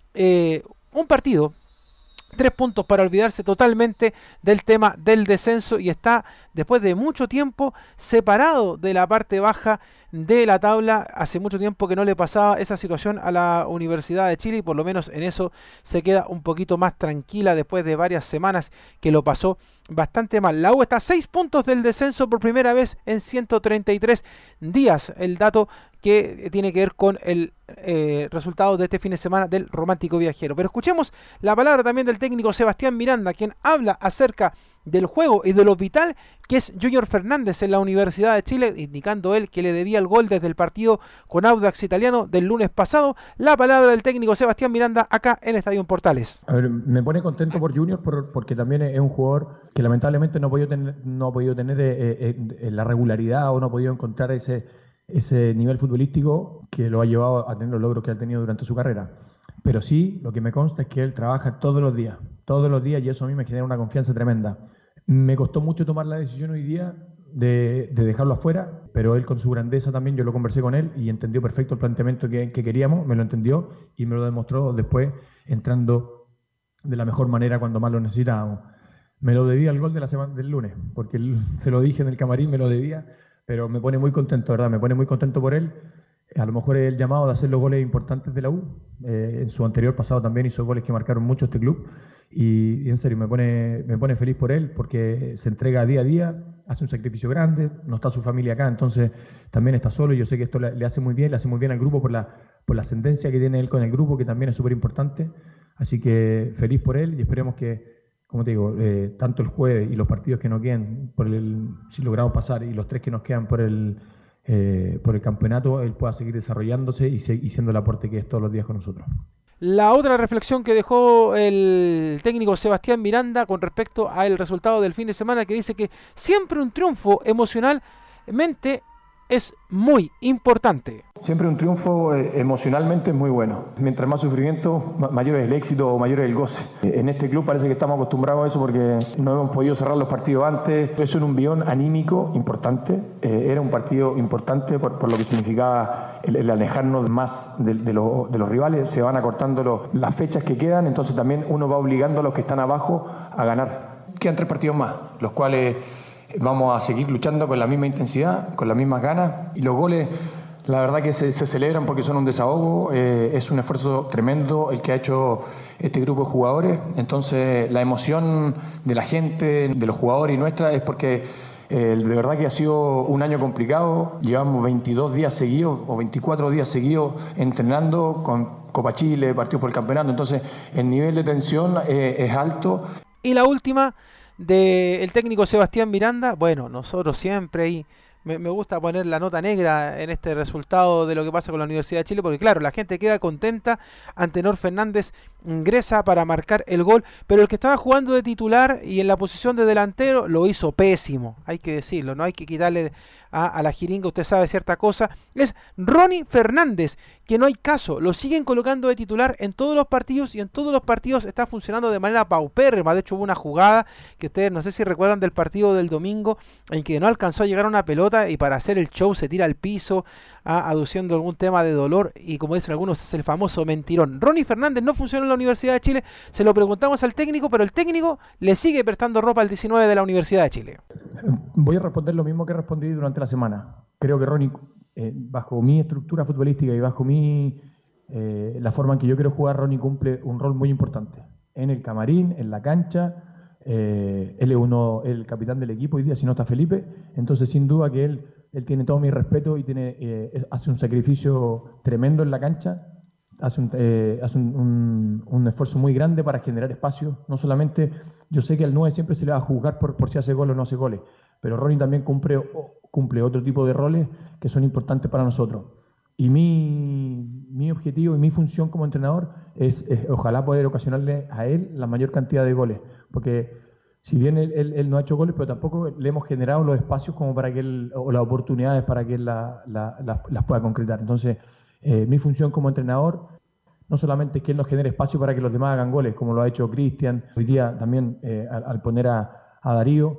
un partido, 3 puntos para olvidarse totalmente del tema del descenso y está después de mucho tiempo separado de la parte baja de la tabla. Hace mucho tiempo que no le pasaba esa situación a la Universidad de Chile y por lo menos en eso se queda un poquito más tranquila después de varias semanas que lo pasó bastante mal. La U está a 6 puntos del descenso por primera vez en 133 días. El dato que tiene que ver con el resultado de este fin de semana del Romántico Viajero. Pero escuchemos la palabra también del técnico Sebastián Miranda, quien habla acerca del juego y de lo vital que es Junior Fernández en la Universidad de Chile, indicando él que le debía el gol desde el partido con Audax Italiano del lunes pasado. La palabra del técnico Sebastián Miranda acá en Estadio Portales. A ver, me pone contento por Junior porque también es un jugador que lamentablemente no ha podido tener la regularidad o no ha podido encontrar ese nivel futbolístico que lo ha llevado a tener los logros que ha tenido durante su carrera. pero sí, lo que me consta es que él trabaja todos los días, y eso a mí me genera una confianza tremenda. Me costó mucho tomar la decisión hoy día de dejarlo afuera, pero él con su grandeza también, yo lo conversé con él y entendió perfecto el planteamiento que queríamos, me lo entendió y me lo demostró después entrando de la mejor manera cuando más lo necesitábamos. Me lo debía el gol de la semana del lunes, porque se lo dije en el camarín, me lo debía, pero me pone muy contento, ¿verdad? Me pone muy contento por él. A lo mejor es el llamado de hacer los goles importantes de la U. En su anterior pasado también hizo goles que marcaron mucho este club. Y en serio, me pone feliz por él, porque se entrega día a día, hace un sacrificio grande, no está su familia acá, entonces también está solo. Y yo sé que esto le hace muy bien al grupo por la ascendencia que tiene él con el grupo, que también es súper importante. Así que feliz por él y esperemos que, como te digo, tanto el jueves y los partidos que nos quedan, si logramos pasar, y los 3 que nos quedan por el campeonato, él pueda seguir desarrollándose y siendo el aporte que es todos los días con nosotros. La otra reflexión que dejó el técnico Sebastián Miranda con respecto al resultado del fin de semana, que dice que siempre un triunfo emocionalmente es muy importante. Siempre un triunfo emocionalmente es muy bueno. Mientras más sufrimiento, mayor es el éxito o mayor es el goce. En este club parece que estamos acostumbrados a eso porque no hemos podido cerrar los partidos antes. Eso era un envión anímico importante. Era un partido importante por lo que significaba el alejarnos más de los rivales. Se van acortando las fechas que quedan, entonces también uno va obligando a los que están abajo a ganar. Quedan 3 partidos más, los cuales vamos a seguir luchando con la misma intensidad, con las mismas ganas, y los goles, la verdad que se celebran porque son un desahogo. Es un esfuerzo tremendo el que ha hecho este grupo de jugadores. Entonces la emoción de la gente, de los jugadores y nuestra, es porque de verdad que ha sido un año complicado. Llevamos 22 días seguidos o 24 días seguidos entrenando con Copa Chile, partidos por el campeonato. Entonces el nivel de tensión es alto. Y la última del técnico Sebastián Miranda, bueno, nosotros siempre ahí me gusta poner la nota negra en este resultado de lo que pasa con la Universidad de Chile, porque claro, la gente queda contenta. Antenor Fernández ingresa para marcar el gol, pero el que estaba jugando de titular y en la posición de delantero lo hizo pésimo, hay que decirlo, no hay que quitarle a la jiringa, usted sabe cierta cosa, es Ronnie Fernández, que no hay caso, lo siguen colocando de titular en todos los partidos y en todos los partidos está funcionando de manera paupérrima. De hecho hubo una jugada que ustedes no sé si recuerdan del partido del domingo en que no alcanzó a llegar a una pelota y para hacer el show se tira al piso aduciendo algún tema de dolor y como dicen algunos es el famoso mentirón. Ronnie Fernández no funcionó en la Universidad de Chile, se lo preguntamos al técnico, pero el técnico le sigue prestando ropa al 19 de la Universidad de Chile. Voy a responder lo mismo que respondí durante la semana. Creo que Ronnie, bajo mi estructura futbolística y bajo la forma en que yo quiero jugar, Ronnie cumple un rol muy importante. En el camarín, en la cancha, él es el capitán del equipo hoy día, si no está Felipe, entonces sin duda que él tiene todo mi respeto y hace un sacrificio tremendo en la cancha, hace un esfuerzo muy grande para generar espacio. No solamente, yo sé que al 9 siempre se le va a juzgar por si hace goles o no hace goles, pero Ronnie también cumple otro tipo de roles que son importantes para nosotros. Y mi objetivo y mi función como entrenador es ojalá poder ocasionarle a él la mayor cantidad de goles, porque si bien él no ha hecho goles, pero tampoco le hemos generado los espacios como para que él, o las oportunidades para que él las pueda concretar. Entonces, mi función como entrenador no solamente es que él nos genere espacio para que los demás hagan goles, como lo ha hecho Cristian, hoy día también al poner a Darío,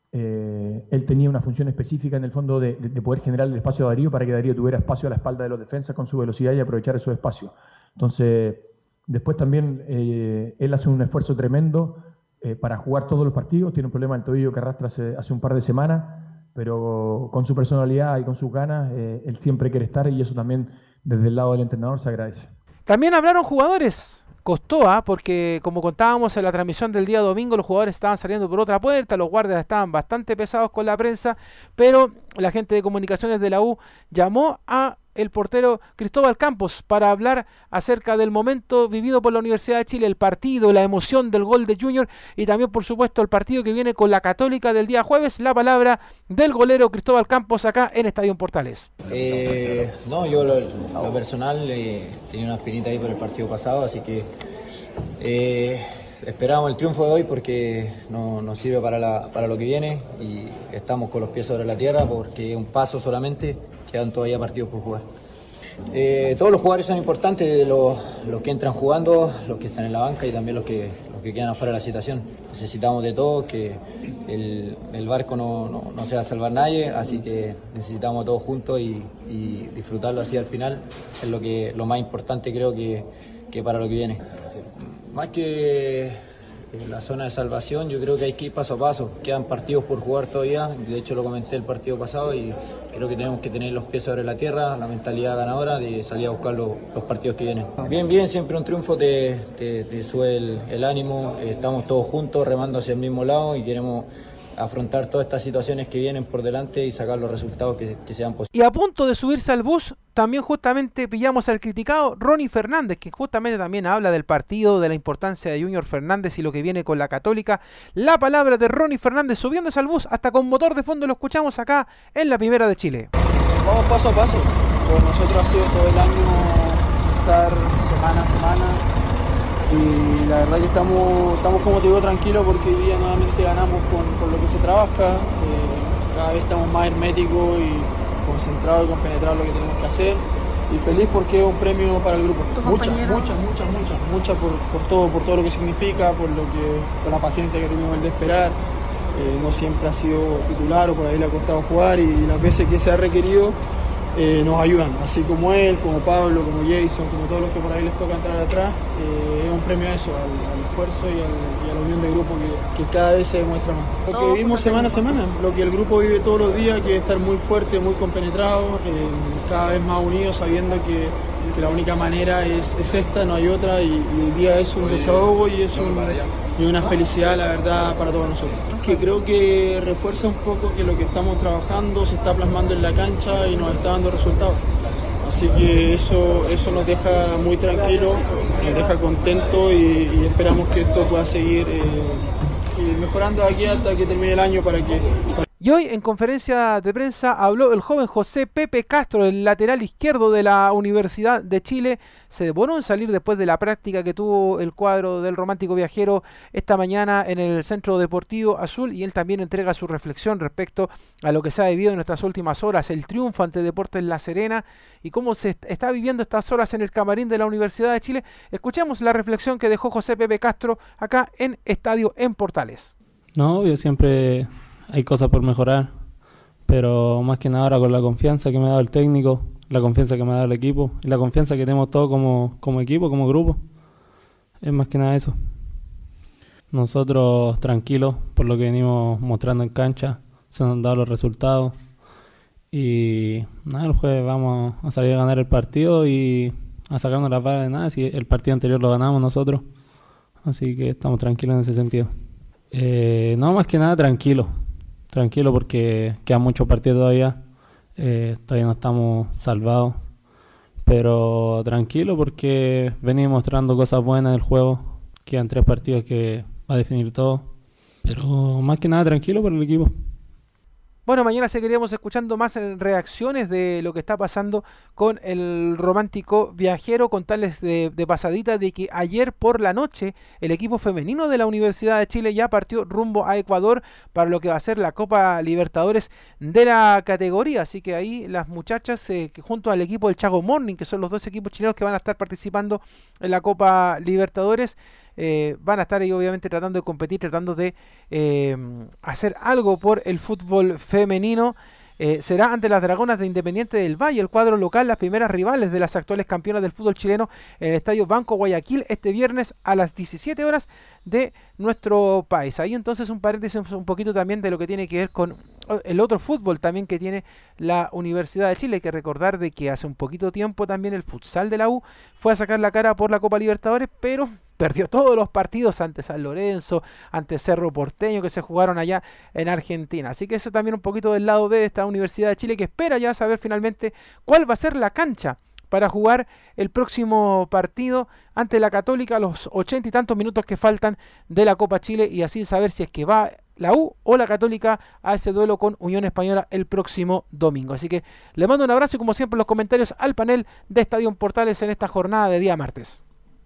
él tenía una función específica en el fondo de poder generar el espacio a Darío para que Darío tuviera espacio a la espalda de los defensas con su velocidad y aprovechar esos espacios. Entonces, después también él hace un esfuerzo tremendo para jugar todos los partidos. Tiene un problema en el tobillo que arrastra hace un par de semanas, pero con su personalidad y con sus ganas, él siempre quiere estar y eso también desde el lado del entrenador se agradece. También hablaron jugadores. Costó, porque como contábamos en la transmisión del día domingo, los jugadores estaban saliendo por otra puerta, los guardias estaban bastante pesados con la prensa, pero la gente de comunicaciones de la U llamó a el portero Cristóbal Campos para hablar acerca del momento vivido por la Universidad de Chile, el partido, la emoción del gol de Junior y también por supuesto el partido que viene con la Católica del día jueves. La palabra del golero Cristóbal Campos acá en Estadio Portales. No, yo lo personal tenía una espinita ahí por el partido pasado, así que esperamos el triunfo de hoy porque nos sirve para lo que viene y estamos con los pies sobre la tierra porque es un paso solamente, quedan todavía partidos por jugar. Todos los jugadores son importantes, los que entran jugando, los que están en la banca y también los que quedan afuera de la situación. Necesitamos de todos, que el barco no se va a salvar nadie, así que necesitamos todos juntos y disfrutarlo así al final. Es lo más importante, creo que para lo que viene. Más que la zona de salvación, yo creo que hay que ir paso a paso. Quedan partidos por jugar todavía, de hecho lo comenté el partido pasado y creo que tenemos que tener los pies sobre la tierra, la mentalidad ganadora de salir a buscar los partidos que vienen. Bien, siempre un triunfo te sube el ánimo, estamos todos juntos remando hacia el mismo lado y queremos afrontar todas estas situaciones que vienen por delante y sacar los resultados que sean posibles. Y a punto de subirse al bus, también justamente pillamos al criticado Ronnie Fernández, que justamente también habla del partido, de la importancia de Junior Fernández y lo que viene con la Católica. La palabra de Ronnie Fernández subiéndose al bus, hasta con motor de fondo, lo escuchamos acá en la Primera de Chile. Vamos paso a paso. Por nosotros ha sido todo el año estar semana a semana. Y la verdad que estamos como te digo, tranquilos porque hoy día nuevamente ganamos con lo que se trabaja. Cada vez estamos más herméticos y concentrados y compenetrados en lo que tenemos que hacer. Y feliz porque es un premio para el grupo. Muchas por todo lo que significa, por la paciencia que tuvimos el de esperar. No siempre ha sido titular o por ahí le ha costado jugar y las veces que se ha requerido nos ayudan, así como él, como Pablo, como Jason, como todos los que por ahí les toca entrar atrás. Es un premio a eso, al esfuerzo y a la unión de grupo que cada vez se demuestra más. Lo que vivimos semana a semana, lo que el grupo vive todos los días, que es estar muy fuerte, muy compenetrado, cada vez más unidos, sabiendo que la única manera es esta, no hay otra, y hoy día es un desahogo y es una felicidad, la verdad, para todos nosotros. Que creo que refuerza un poco que lo que estamos trabajando se está plasmando en la cancha y nos está dando resultados. Así que eso nos deja muy tranquilos, nos deja contentos y esperamos que esto pueda seguir mejorando de aquí hasta que termine el año Y hoy en conferencia de prensa habló el joven José Pepe Castro, el lateral izquierdo de la Universidad de Chile. Se demoró en salir después de la práctica que tuvo el cuadro del Romántico Viajero esta mañana en el Centro Deportivo Azul, y él también entrega su reflexión respecto a lo que se ha vivido en estas últimas horas, el triunfo ante Deportes La Serena y cómo se está viviendo estas horas en el camarín de la Universidad de Chile. Escuchemos la reflexión que dejó José Pepe Castro acá en Estadio en Portales. No, yo siempre... Hay cosas por mejorar, pero más que nada ahora con la confianza que me ha dado el técnico, la confianza que me ha dado el equipo y la confianza que tenemos todos como equipo, como grupo. Es más que nada eso. Nosotros tranquilos por lo que venimos mostrando en cancha, se nos han dado los resultados y nada, el jueves vamos a salir a ganar el partido y a sacarnos la vara de nada si el partido anterior lo ganamos nosotros, así que estamos tranquilos en ese sentido. No, más que nada tranquilo porque quedan muchos partidos todavía, todavía no estamos salvados, pero tranquilo porque venimos mostrando cosas buenas del juego, quedan 3 partidos que va a definir todo, pero más que nada tranquilo por el equipo. Bueno, mañana seguiremos escuchando más reacciones de lo que está pasando con el Romántico Viajero. Contarles de pasadita de que ayer por la noche el equipo femenino de la Universidad de Chile ya partió rumbo a Ecuador para lo que va a ser la Copa Libertadores de la categoría. Así que ahí las muchachas junto al equipo del Chago Morning, que son los 2 equipos chilenos que van a estar participando en la Copa Libertadores, van a estar ahí obviamente tratando de competir, tratando de hacer algo por el fútbol femenino. Será ante las Dragonas de Independiente del Valle, el cuadro local, las primeras rivales de las actuales campeonas del fútbol chileno, en el Estadio Banco Guayaquil este viernes a las 17 horas de nuestro país. Ahí entonces un paréntesis un poquito también de lo que tiene que ver con el otro fútbol también que tiene la Universidad de Chile. Hay que recordar de que hace un poquito tiempo también el futsal de la U fue a sacar la cara por la Copa Libertadores, pero perdió todos los partidos ante San Lorenzo, ante Cerro Porteño, que se jugaron allá en Argentina. Así que eso también un poquito del lado B de esta Universidad de Chile, que espera ya saber finalmente cuál va a ser la cancha para jugar el próximo partido ante la Católica, los 80 y tantos minutos que faltan de la Copa Chile, y así saber si es que va la U o la Católica a ese duelo con Unión Española el próximo domingo. Así que le mando un abrazo y como siempre los comentarios al panel de Estadio Portales en esta jornada de día martes.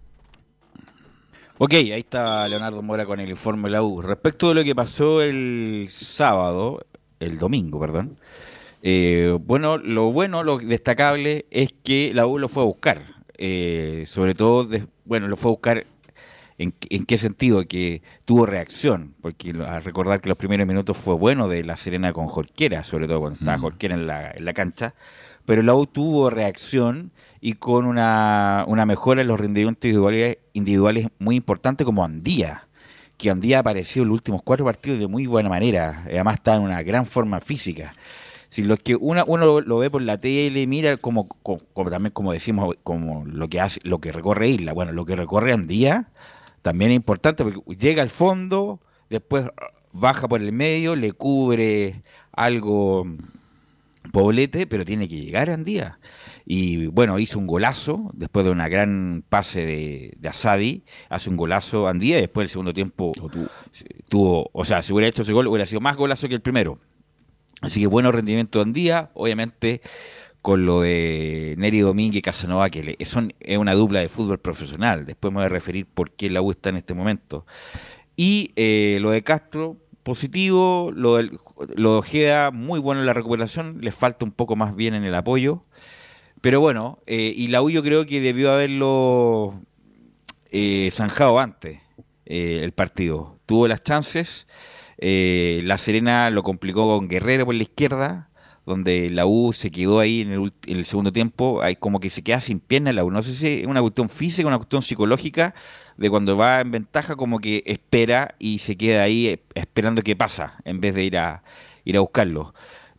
Ok, ahí está Leonardo Mora con el informe de la U. Respecto de lo que pasó el domingo, Lo destacable es que la U lo fue a buscar. Sobre todo, lo fue a buscar. ¿En qué sentido? Que tuvo reacción, porque a recordar que los primeros minutos fue bueno de La Serena con Jorquera, sobre todo cuando estaba Jorquera en la cancha, pero la U tuvo reacción y con una mejora en los rendimientos individuales muy importante, como Andía, que Andía apareció en los últimos 4 partidos de muy buena manera, además está en una gran forma física. Si lo que uno lo ve por la tele, mira como también como decimos, como lo que recorre Isla, bueno, lo que recorre Andía también es importante porque llega al fondo, después baja por el medio, le cubre algo Poblete, pero tiene que llegar a Andía. Y bueno, hizo un golazo después de una gran pase de Asadi, hace un golazo Andía y después el segundo tiempo tuvo, o sea, si hubiera hecho ese gol, hubiera sido más golazo que el primero. Así que bueno rendimiento de Andía, obviamente con lo de Neri Domínguez y Casanova, que es una dupla de fútbol profesional. Después me voy a referir por qué la U está en este momento. Y lo de Castro, positivo. Lo de Ojeda, muy bueno en la recuperación. Le falta un poco más bien en el apoyo. Pero bueno, y la U yo creo que debió haberlo zanjado antes el partido. Tuvo las chances. La Serena lo complicó con Guerrero por la izquierda, donde la U se quedó ahí en el segundo tiempo, hay como que se queda sin pierna la U. No sé si es una cuestión física, una cuestión psicológica, de cuando va en ventaja como que espera y se queda ahí esperando qué pasa, en vez de ir a buscarlo.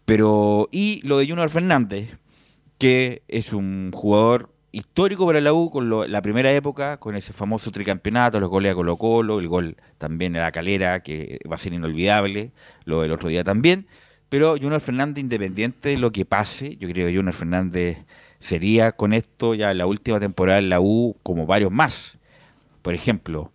Y lo de Junior Fernández, que es un jugador histórico para la U, con la primera época, con ese famoso tricampeonato, los goles a Colo-Colo, el gol también a La Calera, que va a ser inolvidable, lo del otro día también. Pero Junior Fernández, independiente de lo que pase, yo creo que Junior Fernández sería con esto ya la última temporada en la U, como varios más. Por ejemplo,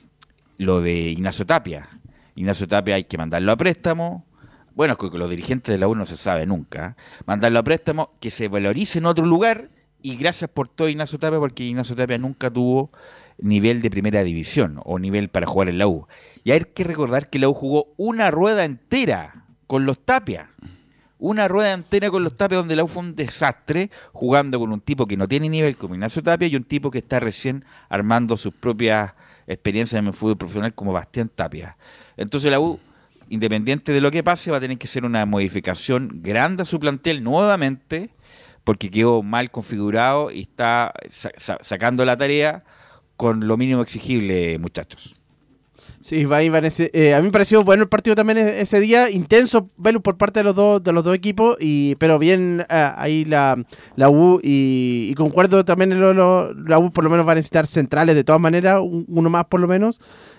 lo de Ignacio Tapia. Ignacio Tapia hay que mandarlo a préstamo. Bueno, con los dirigentes de la U no se sabe nunca. Mandarlo a préstamo, que se valorice en otro lugar. Y gracias por todo Ignacio Tapia, porque Ignacio Tapia nunca tuvo nivel de primera división o nivel para jugar en la U. Y hay que recordar que la U jugó una rueda entera con los Tapia. Una rueda entera con los Tapia, donde la U fue un desastre, jugando con un tipo que no tiene nivel como Ignacio Tapia y un tipo que está recién armando sus propias experiencias en el fútbol profesional como Bastián Tapia. Entonces la U, independiente de lo que pase, va a tener que hacer una modificación grande a su plantel nuevamente, porque quedó mal configurado y está sacando la tarea con lo mínimo exigible, muchachos. Sí, a mí me pareció bueno el partido también ese día, intenso verlo por parte de los dos equipos, pero bien ahí la U, y concuerdo también en la U por lo menos va a necesitar centrales de todas maneras, uno más por lo menos,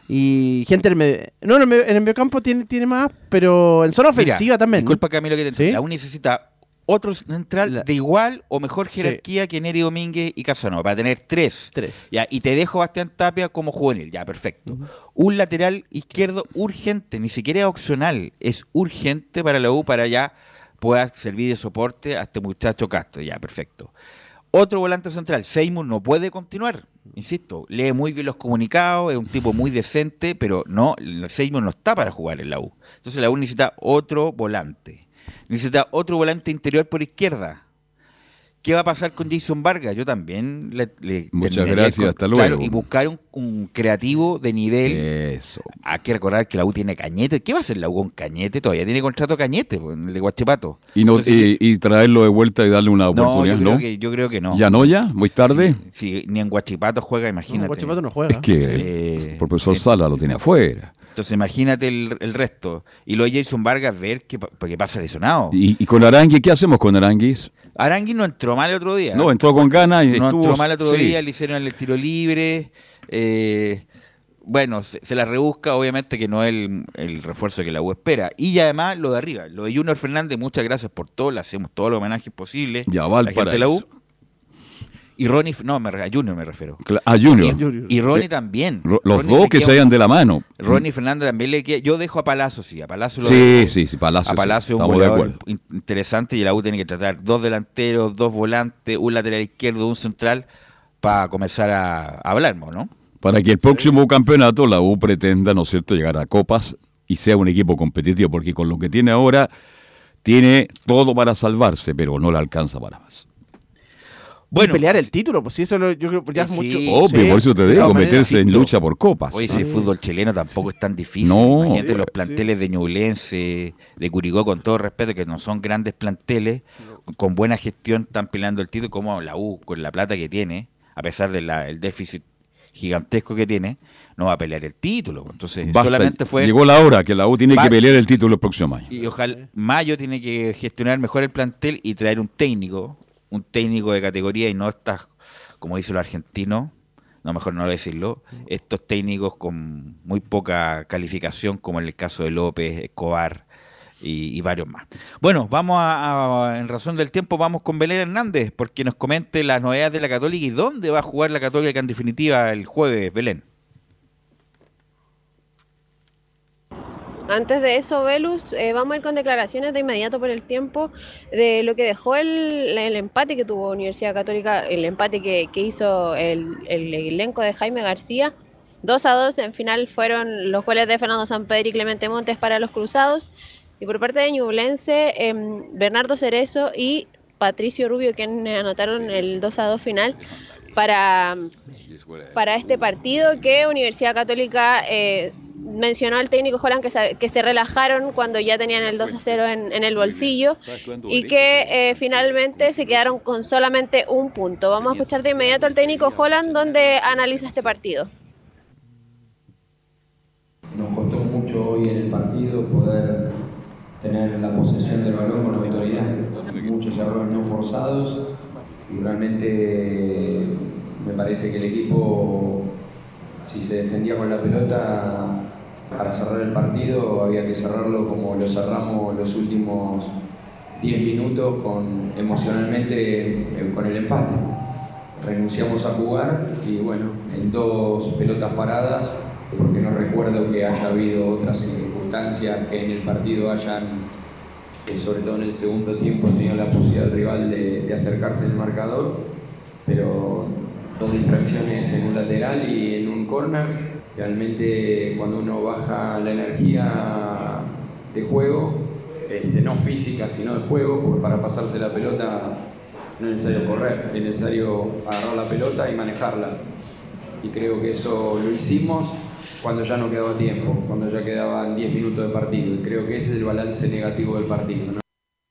y gente en el medio campo tiene más, pero en zona ofensiva también. Disculpa Camilo que te la U necesita otro central de igual o mejor jerarquía que Neri Domínguez y Casanova, para tener tres. Ya, y te dejo Bastián Tapia como juvenil, ya, perfecto. Un lateral izquierdo urgente, ni siquiera es opcional, es urgente para la U, para ya pueda servir de soporte a este muchacho Castro, ya, perfecto. Otro volante central, Seymour no puede continuar, insisto, lee muy bien los comunicados, es un tipo muy decente, pero no, Seymour no está para jugar en la U. Entonces la U necesita otro volante. Necesita otro volante interior por izquierda. ¿Qué va a pasar con Jason Vargas? Yo también muchas gracias, hasta luego. Claro, y buscar un creativo de nivel. Eso. Hay que recordar que la U tiene Cañete. ¿Qué va a hacer la U con Cañete? Todavía tiene contrato Cañete, el de Huachipato. Y traerlo de vuelta y darle una oportunidad, ¿no? Yo creo que no. ¿Ya no ya? ¿Muy tarde? Sí, ni en Huachipato juega, imagínate. No, Huachipato no juega. Es que el profesor Sala lo tiene afuera. Entonces imagínate el resto. Y lo de Jason Vargas, ver qué pasa lesionado. ¿Y con Arangui? ¿Qué hacemos con Aranguis? Arangui no entró mal el otro día. No, entró con ganas y no estuvo... entró mal el otro día, le hicieron el tiro libre. Bueno, se la rebusca, obviamente que no es el refuerzo que la U espera. Y además lo de arriba, lo de Junior Fernández, muchas gracias por todo, le hacemos todos los homenajes posibles. Ya va la gente de la U. Y Ronnie, a Junior me refiero. A Junior. Y Ronnie también. Los Ronnie dos que se hayan de la mano. Ronnie Fernández también le queda. Yo dejo a Palazzo, sí. A Palazzo lo sí, Palazzo. A Palazzo es un jugador interesante y la U tiene que tratar 2 delanteros, 2 volantes, un lateral izquierdo, un central, para comenzar a hablar, ¿no? Para que el próximo campeonato la U pretenda, ¿no es cierto?, llegar a copas y sea un equipo competitivo, porque con lo que tiene ahora tiene todo para salvarse, pero no le alcanza para más. Bueno, y pelear el título, pues sí, eso yo creo que ya es mucho. Obvio, por eso te digo, meterse en lucha por copas. Oye, si el fútbol chileno tampoco es tan difícil. No. Imagínate los planteles de Ñublense, de Curicó, con todo respeto, que no son grandes planteles, con buena gestión están peleando el título, como la U, con la plata que tiene, a pesar del déficit gigantesco que tiene, no va a pelear el título. Entonces, Basta, solamente fue... llegó la hora que la U tiene que pelear el título el próximo año. Y ojalá Mayo tiene que gestionar mejor el plantel y traer un técnico de categoría y no estas, como dicen los argentinos, no, mejor no decirlo, estos técnicos con muy poca calificación, como en el caso de López, Escobar y varios más. Bueno, vamos en razón del tiempo, vamos con Belén Hernández, porque nos comente las novedades de la Católica y dónde va a jugar la Católica en definitiva el jueves, Belén. Antes de eso, Velus, vamos a ir con declaraciones de inmediato por el tiempo de lo que dejó el empate que tuvo Universidad Católica, el empate que hizo el elenco de Jaime García. 2-2, en final fueron los goles de Fernando Sampedri y Clemente Montes para los cruzados. Y por parte de Ñublense, Bernardo Cerezo y Patricio Rubio, quienes anotaron el 2-2 final para este partido que Universidad Católica... mencionó al técnico Holland que se relajaron cuando ya tenían el 2-0 en el bolsillo y que finalmente se quedaron con solamente un punto. Vamos a escuchar de inmediato al técnico Holland donde analiza este partido. Nos costó mucho hoy en el partido poder tener la posesión del balón con autoridad. Muchos errores no forzados y realmente me parece que el equipo, si se defendía con la pelota para cerrar el partido, había que cerrarlo como lo cerramos los últimos 10 minutos emocionalmente con el empate. Renunciamos a jugar y bueno, en 2 pelotas paradas, porque no recuerdo que haya habido otras circunstancias que en el partido hayan, sobre todo en el segundo tiempo, tenido la posibilidad del rival de acercarse al marcador, pero 2 distracciones en un lateral y en un córner. Realmente cuando uno baja la energía de juego, no física sino de juego, porque para pasarse la pelota no es necesario correr, es necesario agarrar la pelota y manejarla. Y creo que eso lo hicimos cuando ya no quedaba tiempo, cuando ya quedaban 10 minutos de partido. Y creo que ese es el balance negativo del partido, ¿no?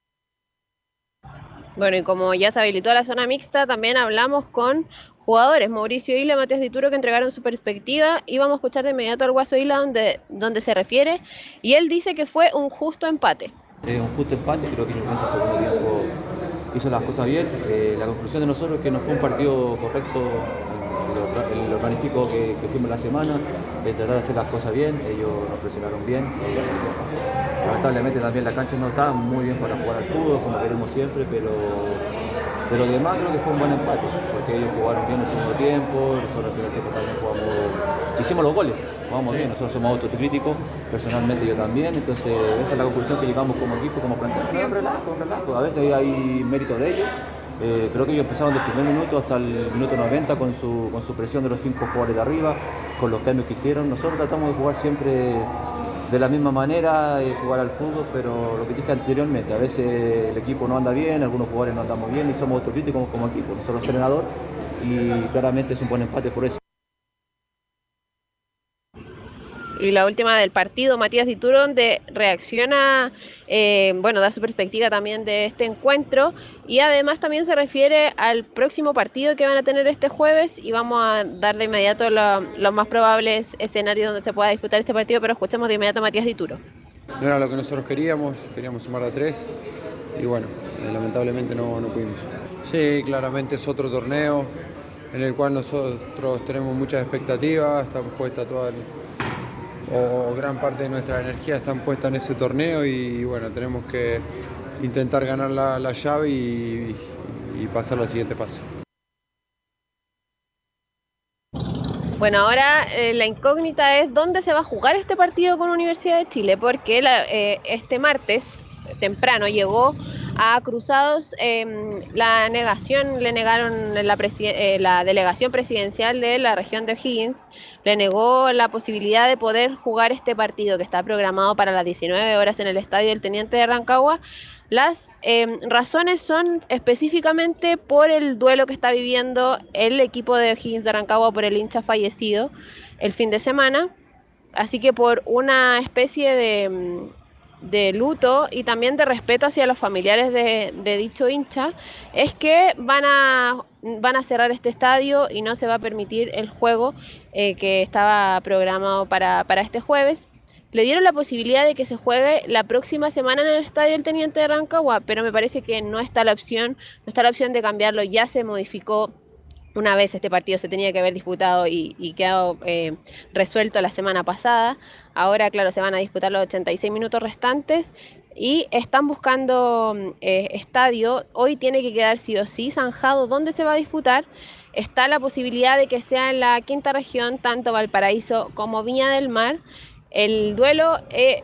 Bueno, y como ya se habilitó la zona mixta, también hablamos con jugadores, Mauricio Isla, Matías Dituro, que entregaron su perspectiva, y vamos a escuchar de inmediato al Guaso Isla donde se refiere, y él dice que fue un justo empate. Un justo empate, creo que Ñublense el segundo tiempo hizo las cosas bien. La conclusión de nosotros es que no fue un partido correcto en lo planificado que fuimos la semana, de tratar de hacer las cosas bien, ellos nos presionaron bien. Lamentablemente también la cancha no estaba muy bien para jugar al fútbol, como queremos siempre, pero de lo demás creo que fue un buen empate, porque ellos jugaron bien el segundo tiempo, nosotros en el primer tiempo también hicimos los goles, jugamos bien, nosotros somos autocríticos, personalmente yo también, entonces esa es la conclusión que llegamos como equipo, como plantel. Un relajo, a veces hay mérito de ellos. Creo que ellos empezaron del primer minuto hasta el minuto 90 con su presión de los 5 jugadores de arriba, con los cambios que hicieron. Nosotros tratamos de jugar siempre de la misma manera, jugar al fútbol, pero lo que dije anteriormente, a veces el equipo no anda bien, algunos jugadores no andamos bien y somos autocríticos como equipo, nosotros entrenador, y claramente es un buen empate por eso. Y la última del partido, Matías Dituro, donde reacciona, da su perspectiva también de este encuentro, y además también se refiere al próximo partido que van a tener este jueves, y vamos a dar de inmediato los más probables escenarios donde se pueda disputar este partido, pero escuchemos de inmediato a Matías Dituro. No era lo que nosotros queríamos sumar de 3, y bueno, lamentablemente no pudimos. Sí, claramente es otro torneo en el cual nosotros tenemos muchas expectativas, estamos puestas gran parte de nuestra energía están puesta en ese torneo y bueno, tenemos que intentar ganar la llave y pasar al siguiente paso. Bueno, ahora la incógnita es dónde se va a jugar este partido con Universidad de Chile, porque este martes temprano llegó a Cruzados la negación, le negaron la delegación presidencial de la región de O'Higgins, le negó la posibilidad de poder jugar este partido que está programado para las 19 horas en el estadio del Teniente de Rancagua, Las razones son específicamente por el duelo que está viviendo el equipo de O'Higgins de Rancagua por el hincha fallecido el fin de semana. Así que por una especie de luto y también de respeto hacia los familiares de dicho hincha, es que van a cerrar este estadio y no se va a permitir el juego que estaba programado para este jueves. Le dieron la posibilidad de que se juegue la próxima semana en el estadio del Teniente de Rancagua, pero me parece que no está la opción de cambiarlo. Ya se modificó una vez, este partido se tenía que haber disputado y quedado resuelto la semana pasada. Ahora, claro, se van a disputar los 86 minutos restantes y están buscando estadio. Hoy tiene que quedar sí o sí zanjado dónde se va a disputar. Está la posibilidad de que sea en la quinta región, tanto Valparaíso como Viña del Mar. El duelo,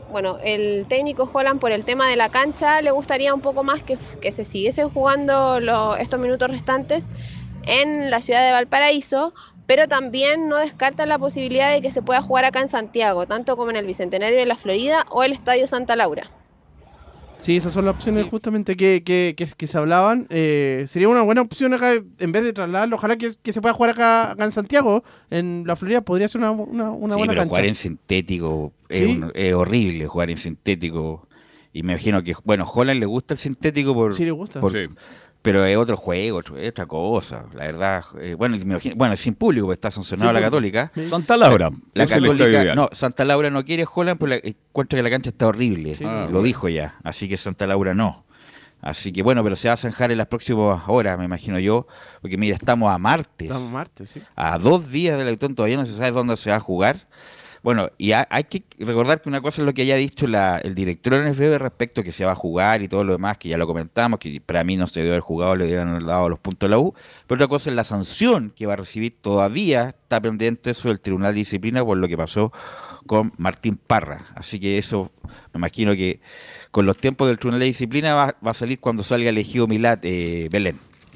el técnico Holland, por el tema de la cancha, le gustaría un poco más que se siguiesen jugando estos minutos restantes en la ciudad de Valparaíso, pero también no descarta la posibilidad de que se pueda jugar acá en Santiago, tanto como en el Bicentenario de la Florida o el Estadio Santa Laura. Sí, esas son las opciones justamente que se hablaban. Sería una buena opción acá, en vez de trasladarlo, ojalá que se pueda jugar acá en Santiago, en la Florida, podría ser una buena pero cancha. Jugar en sintético es horrible, jugar en sintético. Y me imagino que, Holland le gusta el sintético Sí, le gusta. Pero es otro juego, es otra cosa, la verdad. Me imagino, sin público, porque está sancionado la Católica. Santa Laura. La Católica, Santa Laura no quiere Holland, porque encuentra que la cancha está horrible. Lo dijo ya, así que Santa Laura no. Así que pero se va a zanjar en las próximas horas, me imagino yo, porque mira, estamos a martes. Estamos a martes, sí. A 2 días del Autón, todavía no se sabe dónde se va a jugar. Bueno, y hay que recordar que una cosa es lo que haya dicho el director de NFB respecto a que se va a jugar y todo lo demás, que ya lo comentamos, que para mí no se debe haber jugado, le hubieran dado los puntos a la U. Pero otra cosa es la sanción que va a recibir, todavía está pendiente eso del Tribunal de Disciplina por lo que pasó con Martín Parra. Así que eso, me imagino que con los tiempos del Tribunal de Disciplina va a salir cuando salga elegido Milat, Belén.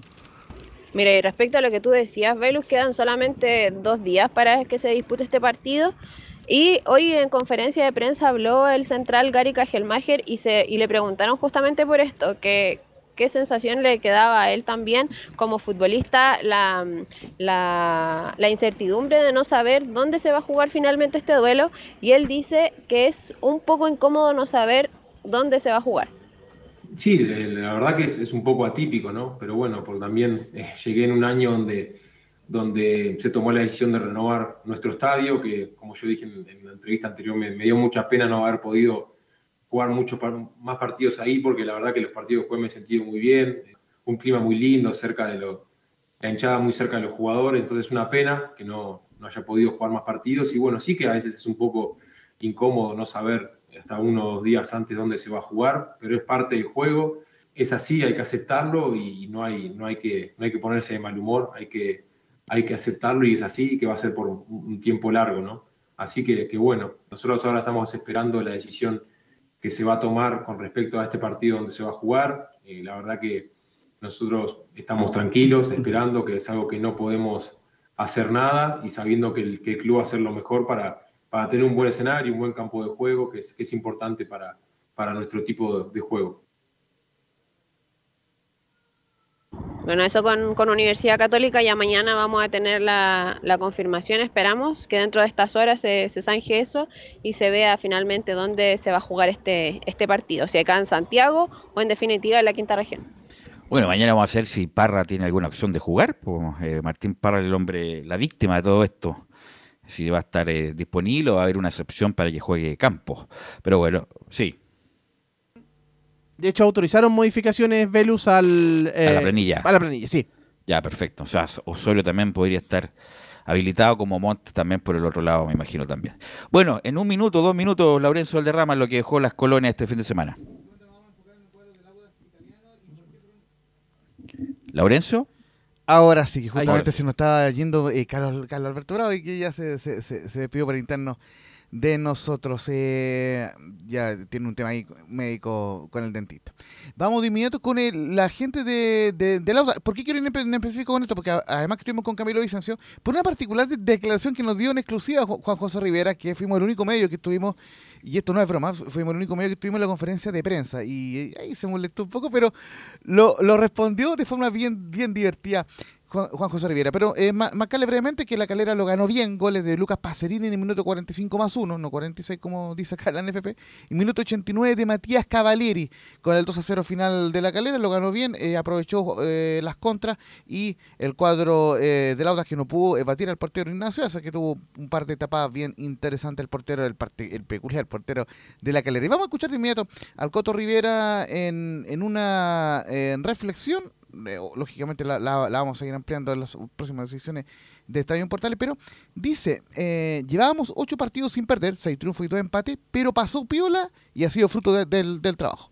Mire, respecto a lo que tú decías, Velus, quedan solamente 2 días para que se dispute este partido. Y hoy en conferencia de prensa habló el central Gary Cajelmacher y le preguntaron justamente por esto, qué sensación le quedaba a él también como futbolista la incertidumbre de no saber dónde se va a jugar finalmente este duelo, y él dice que es un poco incómodo no saber dónde se va a jugar. Sí, la verdad que es un poco atípico, ¿no? Pero bueno, porque también llegué en un año donde se tomó la decisión de renovar nuestro estadio, que como yo dije en la entrevista anterior, me dio mucha pena no haber podido jugar muchos más partidos ahí, porque la verdad que los partidos después me he sentido muy bien, un clima muy lindo, la hinchada muy cerca de los jugadores, entonces una pena que no haya podido jugar más partidos, y bueno, sí que a veces es un poco incómodo no saber hasta unos días antes dónde se va a jugar, pero es parte del juego, es así, hay que aceptarlo y no hay que ponerse de mal humor, hay que aceptarlo, y es así, que va a ser por un tiempo largo, ¿no? Así que bueno, nosotros ahora estamos esperando la decisión que se va a tomar con respecto a este partido donde se va a jugar. La verdad que nosotros estamos tranquilos, esperando, que es algo que no podemos hacer nada, y sabiendo que el club va a hacer lo mejor para tener un buen escenario, un buen campo de juego, que es importante para nuestro tipo de juego. Bueno, eso con Universidad Católica. Ya mañana vamos a tener la confirmación. Esperamos que dentro de estas horas se zanje eso y se vea finalmente dónde se va a jugar este partido, si acá en Santiago o en definitiva en la quinta región. Bueno, mañana vamos a ver si Parra tiene alguna opción de jugar. Martín Parra, el hombre, la víctima de todo esto. Si va a estar disponible o va a haber una excepción para que juegue Campos. Pero bueno, sí. De hecho, autorizaron modificaciones Velus a la planilla. A la planilla, sí. Ya, perfecto. O sea, Osorio también podría estar habilitado, como Montes también por el otro lado, me imagino también. Bueno, en 1 minuto, 2 minutos, Laurencio Valderrama, lo que dejó las colonias este fin de semana. ¿Laurencio? Ahora sí, que justamente se nos estaba yendo Carlos Alberto Bravo, y que ya se despidió por interno de nosotros. Ya tiene un tema ahí médico con el dentista. Vamos de inmediato con la gente de Audax. ¿Por qué quiero ir en específico con esto? Porque además que estuvimos con Camilo Vicencio, por una particular declaración que nos dio en exclusiva Juan José Rivera, que fuimos el único medio que estuvimos, y esto no es broma, fuimos el único medio que estuvimos en la conferencia de prensa, y ahí se molestó un poco, pero lo respondió de forma bien divertida Juan José Rivera. Pero marcarle brevemente que la Calera lo ganó bien, goles de Lucas Pacerini en el minuto 45+1, no 46 como dice acá la NFP, y minuto 89 de Matías Cavalieri con el 2-0 final de la Calera, lo ganó bien, aprovechó las contras, y el cuadro del Audax que no pudo batir al portero Ignacio, así que tuvo un par de tapadas bien interesantes el portero, el peculiar portero de la Calera. Y vamos a escuchar de inmediato al Coto Rivera en una reflexión. Lógicamente la vamos a seguir ampliando en las próximas decisiones de Estadio en Portales, pero dice, llevábamos 8 partidos sin perder, 6 triunfos y 2 empates, pero pasó piola y ha sido fruto del trabajo.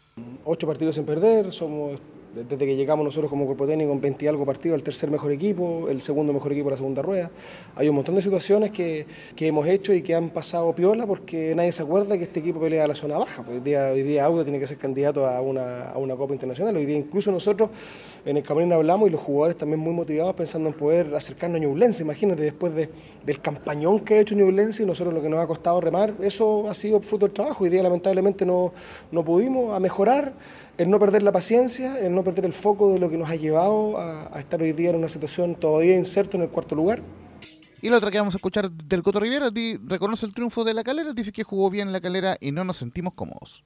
8 partidos sin perder, somos, desde que llegamos nosotros como cuerpo técnico, en 20 y algo partidos, el tercer mejor equipo, el segundo mejor equipo de la segunda rueda. Hay un montón de situaciones que hemos hecho y que han pasado piola porque nadie se acuerda que este equipo pelea a la zona baja. Hoy día Audax tiene que ser candidato a una Copa Internacional. Hoy día incluso nosotros en el camarín hablamos y los jugadores también muy motivados pensando en poder acercarnos a Ñublense. Imagínate, después del campañón que ha hecho Ñublense y nosotros lo que nos ha costado remar, eso ha sido fruto del trabajo. Hoy día lamentablemente no pudimos mejorar, el no perder la paciencia, el no perder el foco de lo que nos ha llevado a estar hoy día en una situación todavía incerta en el 4º lugar. Y la otra que vamos a escuchar del Coto Rivera, reconoce el triunfo de la Calera, dice que jugó bien la Calera y no nos sentimos cómodos.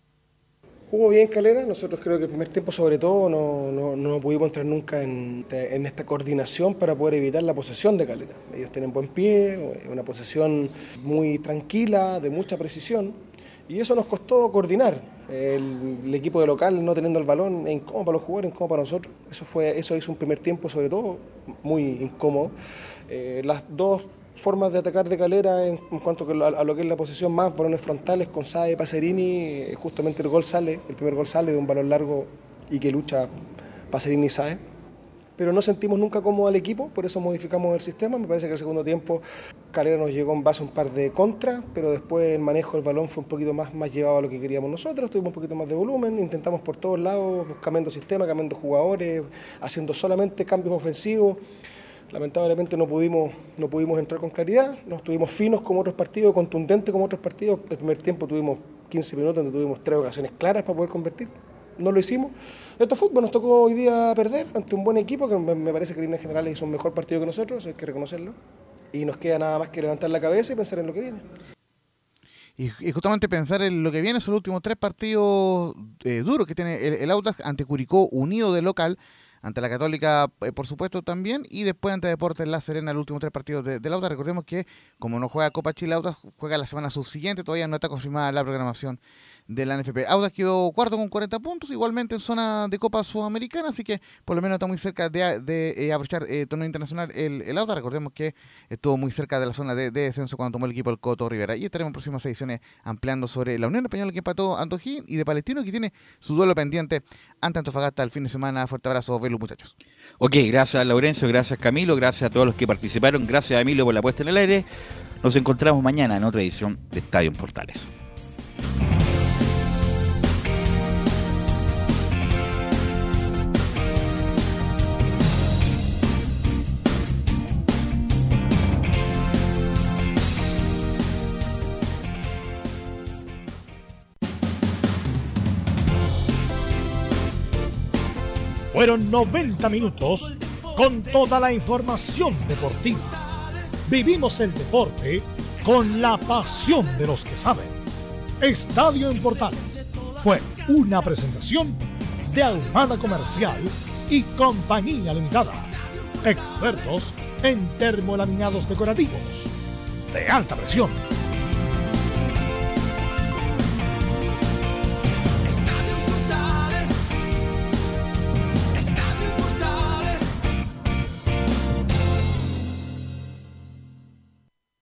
Jugó bien Calera, nosotros creo que el primer tiempo sobre todo no pudimos entrar nunca en esta coordinación para poder evitar la posesión de Calera. Ellos tienen buen pie, una posesión muy tranquila, de mucha precisión, y eso nos costó coordinar. El equipo de local no teniendo el balón es incómodo para los jugadores, incómodo para nosotros. Eso hizo un primer tiempo sobre todo muy incómodo. Las dos formas de atacar de Calera en cuanto a lo que es la posesión, más balones frontales con Sae, Pacerini, justamente el primer gol sale de un balón largo y que lucha Pacerini y Sae. Pero no sentimos nunca cómodo al equipo, por eso modificamos el sistema. Me parece que el segundo tiempo Calera nos llegó en base a un par de contras, pero después el manejo del balón fue un poquito más llevado a lo que queríamos nosotros, tuvimos un poquito más de volumen, intentamos por todos lados, cambiando sistema, cambiando jugadores, haciendo solamente cambios ofensivos. Lamentablemente no pudimos entrar con claridad, no estuvimos finos como otros partidos, contundentes como otros partidos. El primer tiempo tuvimos 15 minutos donde tuvimos 3 ocasiones claras para poder convertir. No lo hicimos. Esto es fútbol, nos tocó hoy día perder ante un buen equipo que me parece que en líneas generales hizo un mejor partido que nosotros, hay que reconocerlo. Y nos queda nada más que levantar la cabeza y pensar en lo que viene. Y justamente pensar en lo que viene son los últimos 3 partidos duros que tiene el Audax ante Curicó, Unido de local, ante la Católica, por supuesto, también, y después ante Deportes La Serena, los últimos 3 partidos del Audax. Recordemos que, como no juega Copa Chile, Audax juega la semana subsiguiente, todavía no está confirmada la programación de la NFP. Audax quedó cuarto con 40 puntos, igualmente en zona de Copa Sudamericana, así que por lo menos está muy cerca de aprovechar torneo internacional el Audax. Recordemos que estuvo muy cerca de la zona de descenso cuando tomó el equipo el Coto Rivera. Y estaremos en próximas ediciones ampliando sobre la Unión Española que empató ante O'Higgins y de Palestino que tiene su duelo pendiente ante Antofagasta el fin de semana. Fuerte abrazo, Velu, muchachos. Ok, gracias Laurencio, gracias Camilo, gracias a todos los que participaron, gracias a Emilio por la puesta en el aire. Nos encontramos mañana en otra edición de Estadio en Portales. Fueron 90 minutos con toda la información deportiva. Vivimos el deporte con la pasión de los que saben. Estadio en Portales fue una presentación de Ahumada Comercial y Compañía Limitada. Expertos en termolaminados decorativos de alta presión.